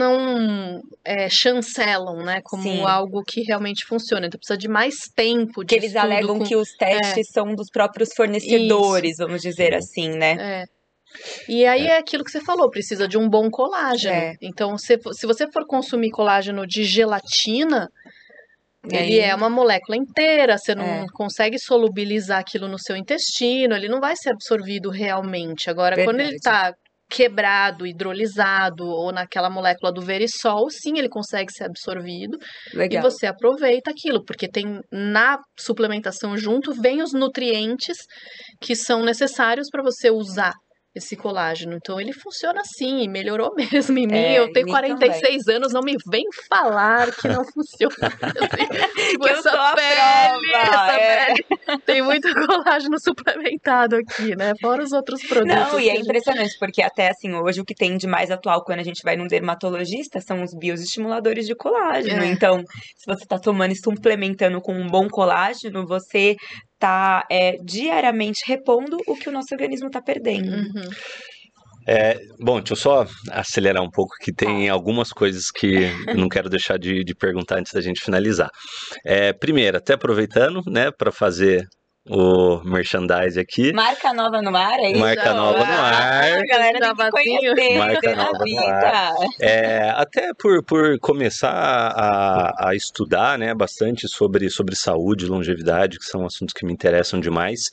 Speaker 2: não chancelam, né? Como
Speaker 3: Sim.
Speaker 2: algo que realmente funciona. Então precisa de mais tempo de
Speaker 3: Que eles
Speaker 2: estudo
Speaker 3: alegam que os testes são dos próprios fornecedores, vamos dizer assim, né?
Speaker 2: E aí é aquilo que você falou, precisa de um bom colágeno. Então, se você for consumir colágeno de gelatina, ele é uma molécula inteira, você não consegue solubilizar aquilo no seu intestino, ele não vai ser absorvido realmente. Agora, quando ele tá quebrado, hidrolisado, ou naquela molécula do verisol, sim, ele consegue ser absorvido.
Speaker 3: Legal.
Speaker 2: E você aproveita aquilo, porque tem na suplementação junto, vem os nutrientes que são necessários para você usar esse colágeno. Então ele funciona assim, e melhorou mesmo em mim. Eu tenho 46 anos, não me vem falar que não funciona. Assim, tipo,
Speaker 3: que eu sou a prova.
Speaker 2: Pele. Tem muito colágeno suplementado aqui, né? Fora os outros produtos.
Speaker 3: Não, e é impressionante, porque até assim, hoje o que tem de mais atual quando a gente vai num dermatologista são os bioestimuladores de colágeno. Então, se você tá tomando e suplementando com um bom colágeno, você tá diariamente repondo o que o nosso organismo tá perdendo.
Speaker 1: Bom, deixa eu só acelerar um pouco, que tem algumas coisas que eu não quero deixar de perguntar antes da gente finalizar. Primeiro, até aproveitando, né, para fazer o merchandise aqui.
Speaker 3: Marca nova no ar, é isso?
Speaker 1: Marca nova no ar.
Speaker 3: A galera tem que conhecer.
Speaker 1: Marca nova no ar. Até por começar a estudar, né, bastante sobre saúde e longevidade, que são assuntos que me interessam demais,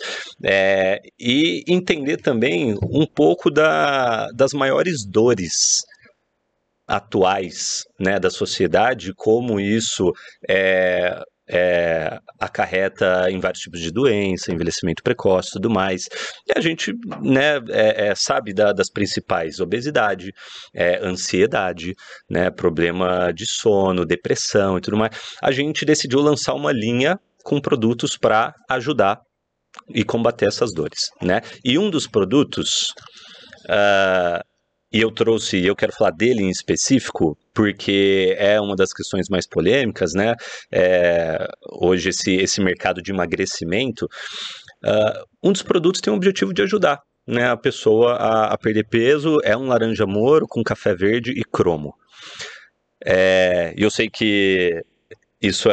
Speaker 1: e entender também um pouco das maiores dores atuais, né, da sociedade, como isso acarreta em vários tipos de doença, envelhecimento precoce e tudo mais. E a gente, né, sabe das principais: obesidade, ansiedade, né, problema de sono, depressão e tudo mais. A gente decidiu lançar uma linha com produtos para ajudar e combater essas dores, né? E um dos produtos, e eu quero falar dele em específico, porque é uma das questões mais polêmicas, né? Hoje, esse mercado de emagrecimento, um dos produtos tem o objetivo de ajudar, né, a pessoa a perder peso. É um laranja moro com café verde e cromo. E eu sei que isso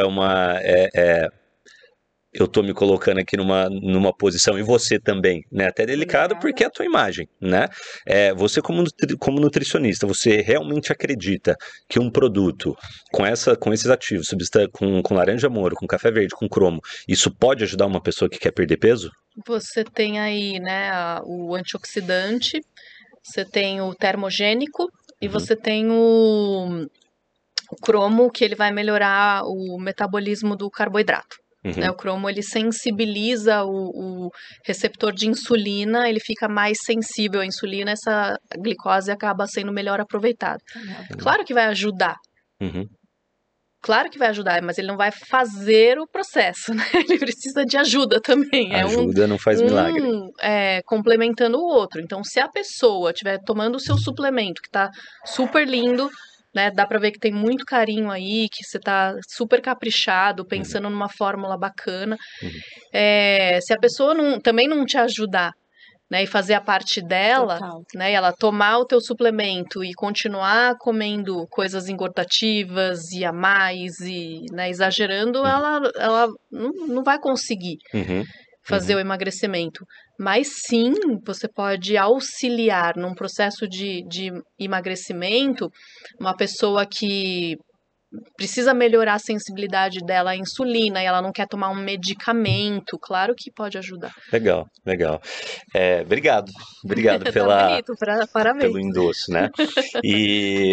Speaker 1: eu tô me colocando aqui numa posição, e você também, né, até delicado, porque é a tua imagem, né? Você como nutricionista, você realmente acredita que um produto com esses ativos, com laranja moro, com café verde, com cromo, isso pode ajudar uma pessoa que quer perder peso?
Speaker 2: Você tem aí, né, o antioxidante, você tem o termogênico e você tem o cromo, que ele vai melhorar o metabolismo do carboidrato. Né, o cromo, ele sensibiliza o receptor de insulina, ele fica mais sensível à insulina, essa glicose acaba sendo melhor aproveitada. Claro que vai ajudar. Claro que vai ajudar, mas ele não vai fazer o processo, né? Ele precisa de ajuda também.
Speaker 1: Ajuda não faz milagre.
Speaker 2: Complementando o outro. Então, se a pessoa estiver tomando o seu suplemento, que tá super lindo, né, dá pra ver que tem muito carinho aí, que você tá super caprichado, pensando numa fórmula bacana. Se a pessoa também não te ajudar, né, e fazer a parte dela, né, e ela tomar o teu suplemento e continuar comendo coisas engordativas e a mais, e, né, exagerando, ela não vai conseguir fazer o emagrecimento. Mas sim, você pode auxiliar num processo de emagrecimento uma pessoa que precisa melhorar a sensibilidade dela à insulina e ela não quer tomar um medicamento. Claro que pode ajudar.
Speaker 1: Legal, legal. Obrigado
Speaker 2: Tá
Speaker 1: pela,
Speaker 2: bonito, parabéns.
Speaker 1: pelo endosso, né? E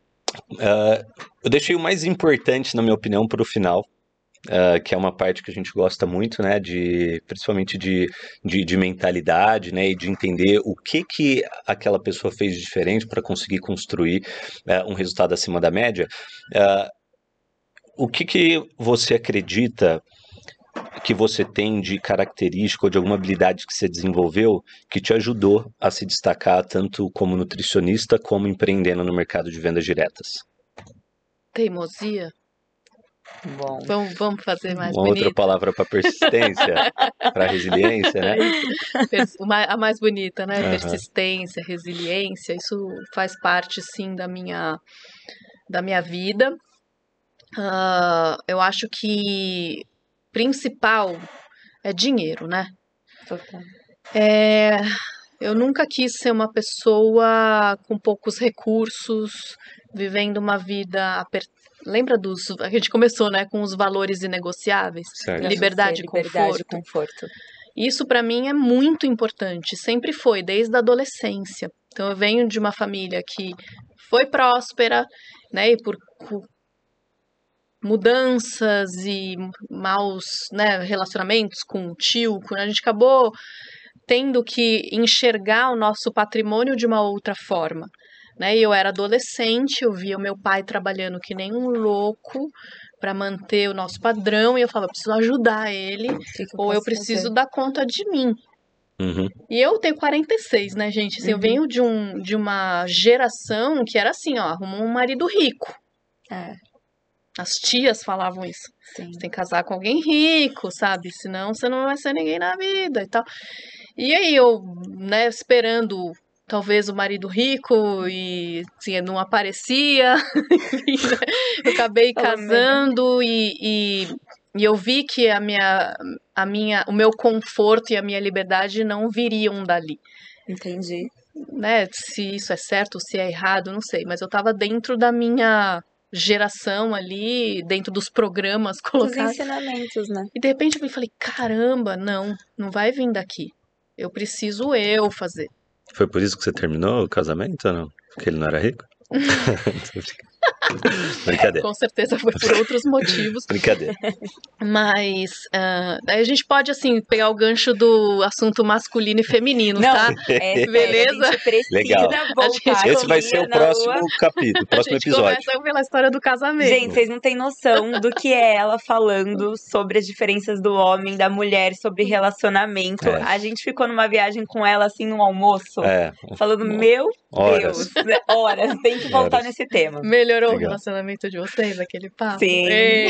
Speaker 1: eu deixei o mais importante, na minha opinião, para o final, que é uma parte que a gente gosta muito, né? Principalmente de mentalidade, né? E de entender o que aquela pessoa fez de diferente para conseguir construir um resultado acima da média. O que você acredita que você tem de característica ou de alguma habilidade que você desenvolveu que te ajudou a se destacar tanto como nutricionista como empreendendo no mercado de vendas diretas?
Speaker 2: Teimosia?
Speaker 3: Bom.
Speaker 2: Vamos fazer mais
Speaker 1: Uma outra
Speaker 2: bonito?
Speaker 1: palavra para persistência, para resiliência, né?
Speaker 2: A mais bonita, né?
Speaker 1: Aham.
Speaker 2: Persistência, resiliência, isso faz parte, sim, da minha vida. Eu acho que principal é dinheiro, né?
Speaker 3: Total.
Speaker 2: Eu nunca quis ser uma pessoa com poucos recursos, vivendo uma vida Lembra a gente começou, né, com os valores inegociáveis?
Speaker 1: Certo.
Speaker 2: Liberdade e
Speaker 3: Liberdade e
Speaker 2: conforto.
Speaker 3: conforto.
Speaker 2: Isso para mim é muito importante, sempre foi, desde a adolescência. Então eu venho de uma família que foi próspera, né, e por mudanças e maus, né, relacionamentos com o tio, a gente acabou tendo que enxergar o nosso patrimônio de uma outra forma. Né? E eu era adolescente, eu via o meu pai trabalhando que nem um louco para manter o nosso padrão, e eu falava, eu preciso ajudar ele, ou eu preciso dar conta de mim.
Speaker 1: Uhum.
Speaker 2: E eu tenho 46, né, gente? Assim, eu venho de uma geração que era assim, ó, arruma um marido rico. As tias falavam isso.
Speaker 3: Sim.
Speaker 2: Você tem que casar com alguém rico, sabe? Senão você não vai ser ninguém na vida e tal. E aí eu, né, esperando talvez o marido rico e assim, não aparecia. Enfim, né? Eu acabei casando e eu vi que o meu conforto e a minha liberdade não viriam dali.
Speaker 3: Entendi.
Speaker 2: Né? Se isso é certo ou se é errado, não sei. Mas eu estava dentro da minha geração ali, dentro dos programas colocados.
Speaker 3: Dos ensinamentos, né?
Speaker 2: E de repente eu falei, caramba, não vai vir daqui. Eu preciso fazer.
Speaker 1: Foi por isso que você terminou o casamento ou não? Porque ele não era rico? Brincadeira.
Speaker 2: Com certeza foi por outros motivos.
Speaker 1: Brincadeira.
Speaker 2: Mas daí a gente pode, assim, pegar o gancho do assunto masculino e feminino, tá? Beleza?
Speaker 3: A gente precisa
Speaker 1: Legal.
Speaker 3: voltar.
Speaker 1: Esse vai ser o próximo capítulo, o próximo episódio.
Speaker 2: A gente começa pela história do casamento.
Speaker 3: Gente, vocês não têm noção do que é ela falando sobre as diferenças do homem, da mulher, sobre relacionamento. A gente ficou numa viagem com ela, assim, no almoço, falando, meu Deus, horas, tem que voltar nesse tema.
Speaker 2: Melhorou o relacionamento de vocês, aquele papo?
Speaker 3: Sim.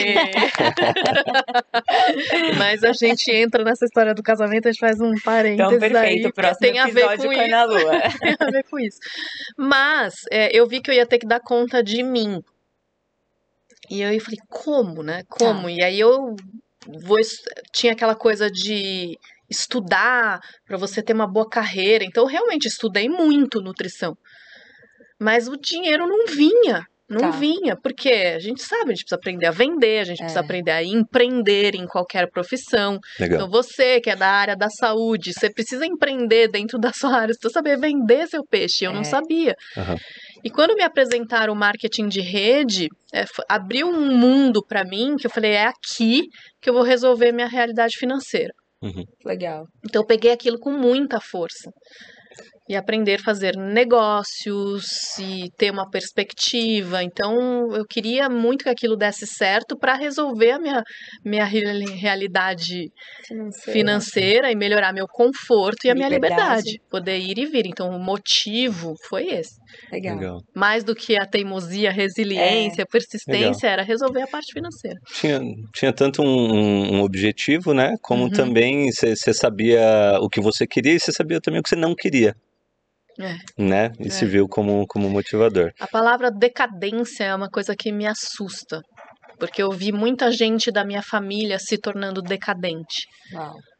Speaker 2: Mas a gente entra nessa história do casamento, a gente faz um parênteses.
Speaker 3: Então, perfeito,
Speaker 2: aí,
Speaker 3: o próximo
Speaker 2: tem
Speaker 3: episódio com Ana Lua.
Speaker 2: Tem a ver com isso. Mas eu vi que eu ia ter que dar conta de mim. E eu falei, como, né? Como? E aí eu tinha aquela coisa de estudar para você ter uma boa carreira. Então, eu realmente estudei muito nutrição. Mas o dinheiro não vinha. Não vinha, porque a gente sabe, a gente precisa aprender a vender, a gente precisa aprender a empreender em qualquer profissão.
Speaker 1: Legal.
Speaker 2: Então você que é da área da saúde, você precisa empreender dentro da sua área, você precisa saber vender seu peixe, eu não sabia.
Speaker 1: Uhum.
Speaker 2: E quando me apresentaram o marketing de rede, abriu um mundo para mim, que eu falei, é aqui que eu vou resolver minha realidade financeira.
Speaker 1: Uhum.
Speaker 3: Legal.
Speaker 2: Então eu peguei aquilo com muita força. E aprender a fazer negócios e ter uma perspectiva. Então, eu queria muito que aquilo desse certo para resolver a minha realidade financeira e melhorar meu conforto e a minha liberdade. Poder ir e vir. Então, o motivo foi esse.
Speaker 3: Legal.
Speaker 2: Mais do que a teimosia, a resiliência, a persistência, era resolver a parte financeira.
Speaker 1: Tinha tanto um objetivo, né? Como também você sabia o que você queria e você sabia também o que você não queria. Né? E se viu como motivador.
Speaker 2: A palavra decadência é uma coisa que me assusta, porque eu vi muita gente da minha família se tornando decadente.
Speaker 3: Uau.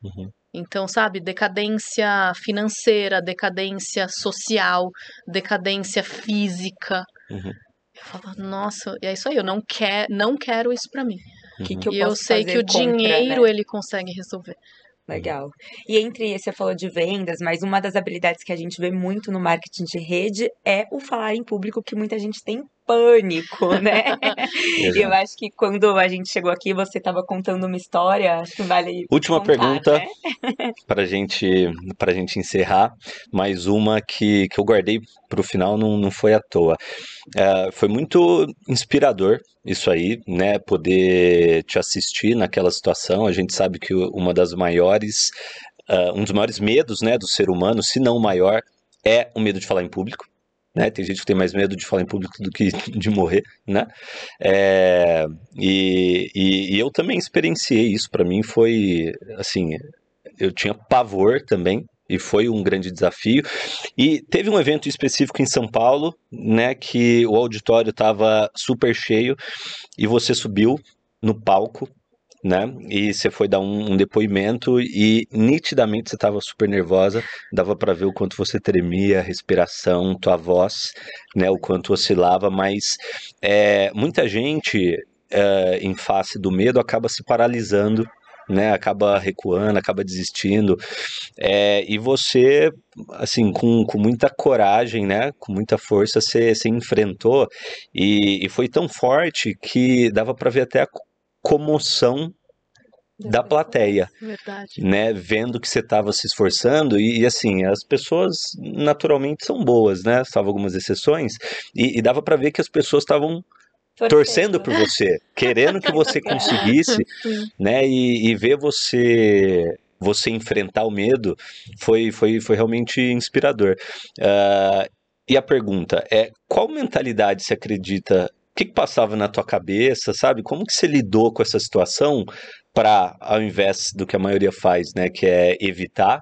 Speaker 2: Então, sabe, decadência financeira, decadência social, decadência física.
Speaker 1: Uhum.
Speaker 2: Eu falo, nossa, e é isso aí, eu não quero isso pra mim.
Speaker 3: O que eu
Speaker 2: E eu
Speaker 3: posso
Speaker 2: sei que o
Speaker 3: fazer contra,
Speaker 2: dinheiro,
Speaker 3: né?
Speaker 2: ele consegue resolver.
Speaker 3: Legal. E entre, você falou de vendas, mas uma das habilidades que a gente vê muito no marketing de rede é o falar em público, que muita gente tem pânico, né? E eu
Speaker 1: Exato.
Speaker 3: acho que quando a gente chegou aqui, você estava contando uma história, acho que vale
Speaker 1: Última
Speaker 3: contar,
Speaker 1: pergunta
Speaker 3: né?
Speaker 1: para gente encerrar, mais uma que eu guardei para o final, não foi à toa. Foi muito inspirador isso aí, né? Poder te assistir naquela situação. A gente sabe que um dos maiores medos, né, do ser humano, se não o maior, é o medo de falar em público. Né? Tem gente que tem mais medo de falar em público do que de morrer, né? E eu também experienciei isso. Para mim foi assim, eu tinha pavor também. E foi um grande desafio. E teve um evento específico em São Paulo, né, que o auditório estava super cheio e você subiu no palco, né, e você foi dar um depoimento e nitidamente você estava super nervosa, dava para ver o quanto você tremia, a respiração, tua voz, né, o quanto oscilava, mas muita gente, em face do medo, acaba se paralisando, né, acaba recuando, acaba desistindo, e você, assim, com muita coragem, né, com muita força, você enfrentou e foi tão forte que dava para ver até a comoção da plateia,
Speaker 2: Verdade.
Speaker 1: né, vendo que você estava se esforçando e assim, as pessoas naturalmente são boas, né, salvo algumas exceções, e dava para ver que as pessoas estavam torcendo por você, querendo que você conseguisse,
Speaker 2: Sim.
Speaker 1: né? E ver você enfrentar o medo foi realmente inspirador. E a pergunta é, qual mentalidade você acredita? O que passava na tua cabeça, sabe? Como que você lidou com essa situação para, ao invés do que a maioria faz, né, que é evitar,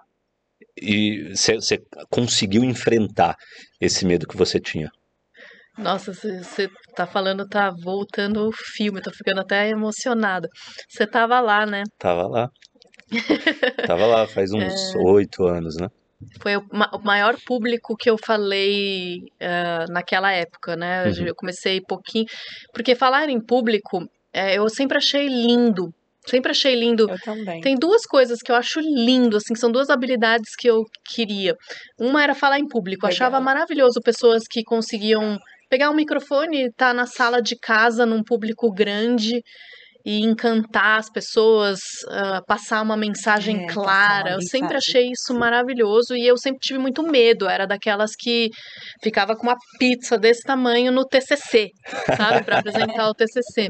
Speaker 1: e você conseguiu enfrentar esse medo que você tinha?
Speaker 2: Nossa, você tá falando, tá voltando o filme, tô ficando até emocionada. Você tava lá, né?
Speaker 1: Tava lá. Tava lá faz uns 8 anos, né?
Speaker 2: Foi o maior público que eu falei naquela época, né?
Speaker 1: Uhum.
Speaker 2: Eu comecei pouquinho. Porque falar em público, eu sempre achei lindo. Sempre achei lindo.
Speaker 3: Eu também.
Speaker 2: Tem duas coisas que eu acho lindo, assim, que são duas habilidades que eu queria. Uma era falar em público. Eu achava
Speaker 3: Legal.
Speaker 2: maravilhoso pessoas que conseguiam pegar um microfone e estar na sala de casa, num público grande, e encantar as pessoas, passar uma mensagem
Speaker 3: Passar
Speaker 2: clara.
Speaker 3: uma
Speaker 2: Eu sempre
Speaker 3: mensagem.
Speaker 2: achei isso maravilhoso e eu sempre tive muito medo. Era daquelas que ficava com uma pizza desse tamanho no TCC, sabe, para apresentar o TCC.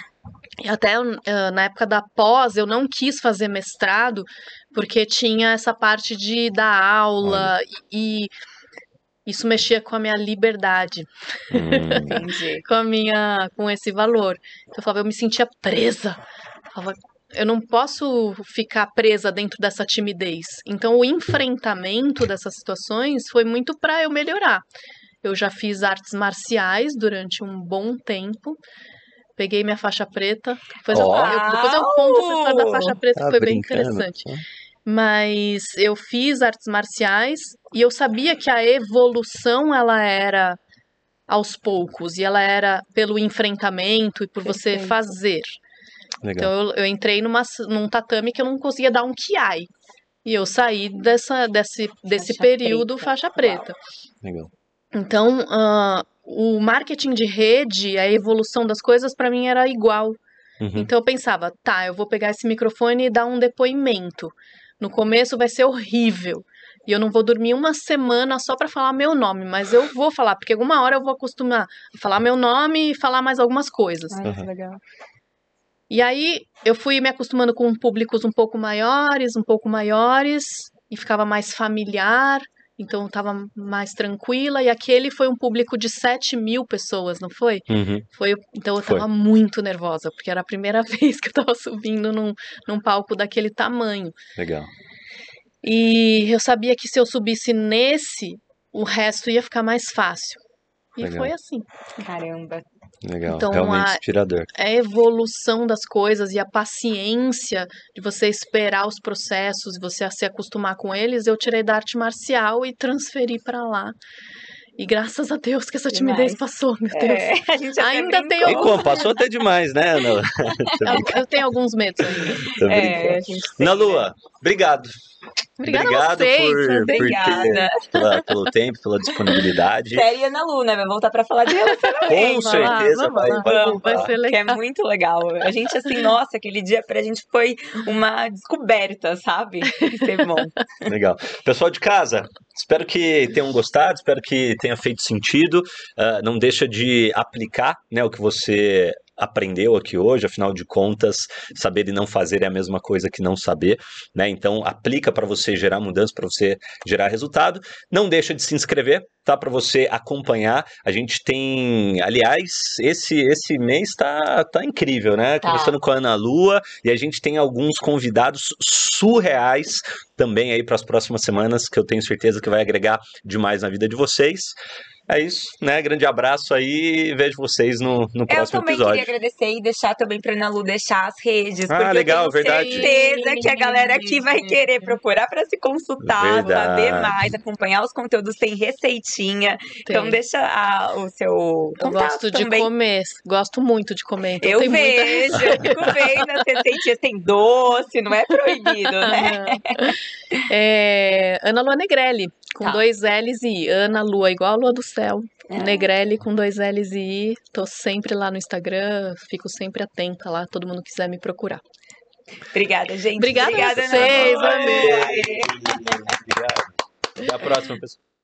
Speaker 2: E até na época da pós eu não quis fazer mestrado porque tinha essa parte de dar aula e isso mexia com a minha liberdade.
Speaker 3: Entendi.
Speaker 2: Com esse valor. Então eu falava, eu me sentia presa. Eu falava, eu não posso ficar presa dentro dessa timidez. Então o enfrentamento dessas situações foi muito para eu melhorar. Eu já fiz artes marciais durante um bom tempo. Peguei minha faixa preta. Depois eu conto essa história da faixa preta, que
Speaker 1: Tá
Speaker 2: foi bem
Speaker 1: brincando?
Speaker 2: interessante. Mas eu fiz artes marciais e eu sabia que a evolução ela era aos poucos, e ela era pelo enfrentamento e por você
Speaker 3: Perfeito.
Speaker 2: fazer.
Speaker 1: Legal.
Speaker 2: Então eu entrei num tatame que eu não conseguia dar um kiai. E eu saí desse
Speaker 3: Faixa
Speaker 2: período
Speaker 3: preta.
Speaker 2: faixa preta.
Speaker 1: Legal.
Speaker 2: Então, o marketing de rede, a evolução das coisas, para mim era igual.
Speaker 1: Uhum.
Speaker 2: Então eu pensava, tá, eu vou pegar esse microfone e dar um depoimento. No começo vai ser horrível. E eu não vou dormir uma semana só para falar meu nome, mas eu vou falar, porque alguma hora eu vou acostumar a falar meu nome e falar mais algumas coisas.
Speaker 3: Ai, que legal.
Speaker 2: E aí eu fui me acostumando com públicos um pouco maiores, e ficava mais familiar, então eu tava mais tranquila. E aquele foi um público de 7.000 pessoas, não foi?
Speaker 1: Uhum.
Speaker 2: Então eu
Speaker 1: Foi.
Speaker 2: tava muito nervosa, porque era a primeira vez que eu tava subindo num palco daquele tamanho.
Speaker 1: Legal.
Speaker 2: E eu sabia que se eu subisse nesse, o resto ia ficar mais fácil. E
Speaker 1: Legal.
Speaker 2: foi assim.
Speaker 3: Caramba.
Speaker 1: Legal,
Speaker 2: Então,
Speaker 1: realmente inspirador.
Speaker 2: A evolução das coisas e a paciência de você esperar os processos, você se acostumar com eles, eu tirei da arte marcial e transferi pra lá. E graças a Deus que essa timidez
Speaker 3: Demais.
Speaker 2: passou, meu Deus.
Speaker 3: A gente até
Speaker 2: Ainda tem
Speaker 3: brincou.
Speaker 1: E como? Passou até demais, né, Ana?
Speaker 2: Eu tenho alguns medos ainda.
Speaker 1: Tô brincando.
Speaker 3: A gente tem,
Speaker 1: Ana
Speaker 3: né?
Speaker 1: Lua, obrigado.
Speaker 2: Obrigada a vocês.
Speaker 3: Obrigada.
Speaker 1: Pelo tempo, pela disponibilidade.
Speaker 3: Série Ana Lu, né? Vai voltar pra falar de
Speaker 1: Com
Speaker 3: relacionamento.
Speaker 1: certeza vai
Speaker 3: Vamos,
Speaker 2: vai ser
Speaker 3: que é
Speaker 2: legal.
Speaker 3: muito legal. A gente, assim, nossa, aquele dia pra gente foi uma descoberta, sabe? Vai ser bom.
Speaker 1: Legal. Pessoal de casa, espero que tenham gostado, espero que tenha feito sentido. Não deixa de aplicar, né, o que você aprendeu aqui hoje, afinal de contas, saber e não fazer é a mesma coisa que não saber, né? Então aplica para você gerar mudança, para você gerar resultado. Não deixa de se inscrever, tá? Para você acompanhar. A gente tem, aliás, esse mês tá incrível, né?
Speaker 3: Tá.
Speaker 1: Conversando com a Ana Lua e a gente tem alguns convidados surreais também aí para as próximas semanas, que eu tenho certeza que vai agregar demais na vida de vocês. É isso, né? Grande abraço aí e vejo vocês no
Speaker 3: Eu
Speaker 1: próximo
Speaker 3: também
Speaker 1: episódio.
Speaker 3: queria agradecer e deixar também pra Ana Lu deixar as redes, porque
Speaker 1: legal,
Speaker 3: eu tenho
Speaker 1: verdade.
Speaker 3: certeza que a galera aqui vai querer procurar pra se consultar,
Speaker 1: Verdade.
Speaker 3: saber mais, acompanhar os conteúdos, tem receitinha. Então
Speaker 2: Tem.
Speaker 3: deixa o seu
Speaker 2: Eu
Speaker 3: contato
Speaker 2: gosto de
Speaker 3: também.
Speaker 2: comer, gosto muito de comer. Então
Speaker 3: Eu
Speaker 2: tem muita...
Speaker 3: vejo, eu fico vendo as receitinhas, tem doce, não é proibido, né?
Speaker 2: Ana Lua Negrelli, com
Speaker 3: Tá.
Speaker 2: 2 L's e I. Ana Lua, igual a Lua do Céu.
Speaker 3: Ah.
Speaker 2: Negrelli com 2 L's e I. Tô sempre lá no Instagram, fico sempre atenta lá, todo mundo quiser me procurar.
Speaker 3: Obrigada, gente.
Speaker 2: Obrigada a
Speaker 3: Ana
Speaker 2: vocês,
Speaker 3: Lu.
Speaker 2: amei.
Speaker 1: Obrigado. Até a próxima, pessoal.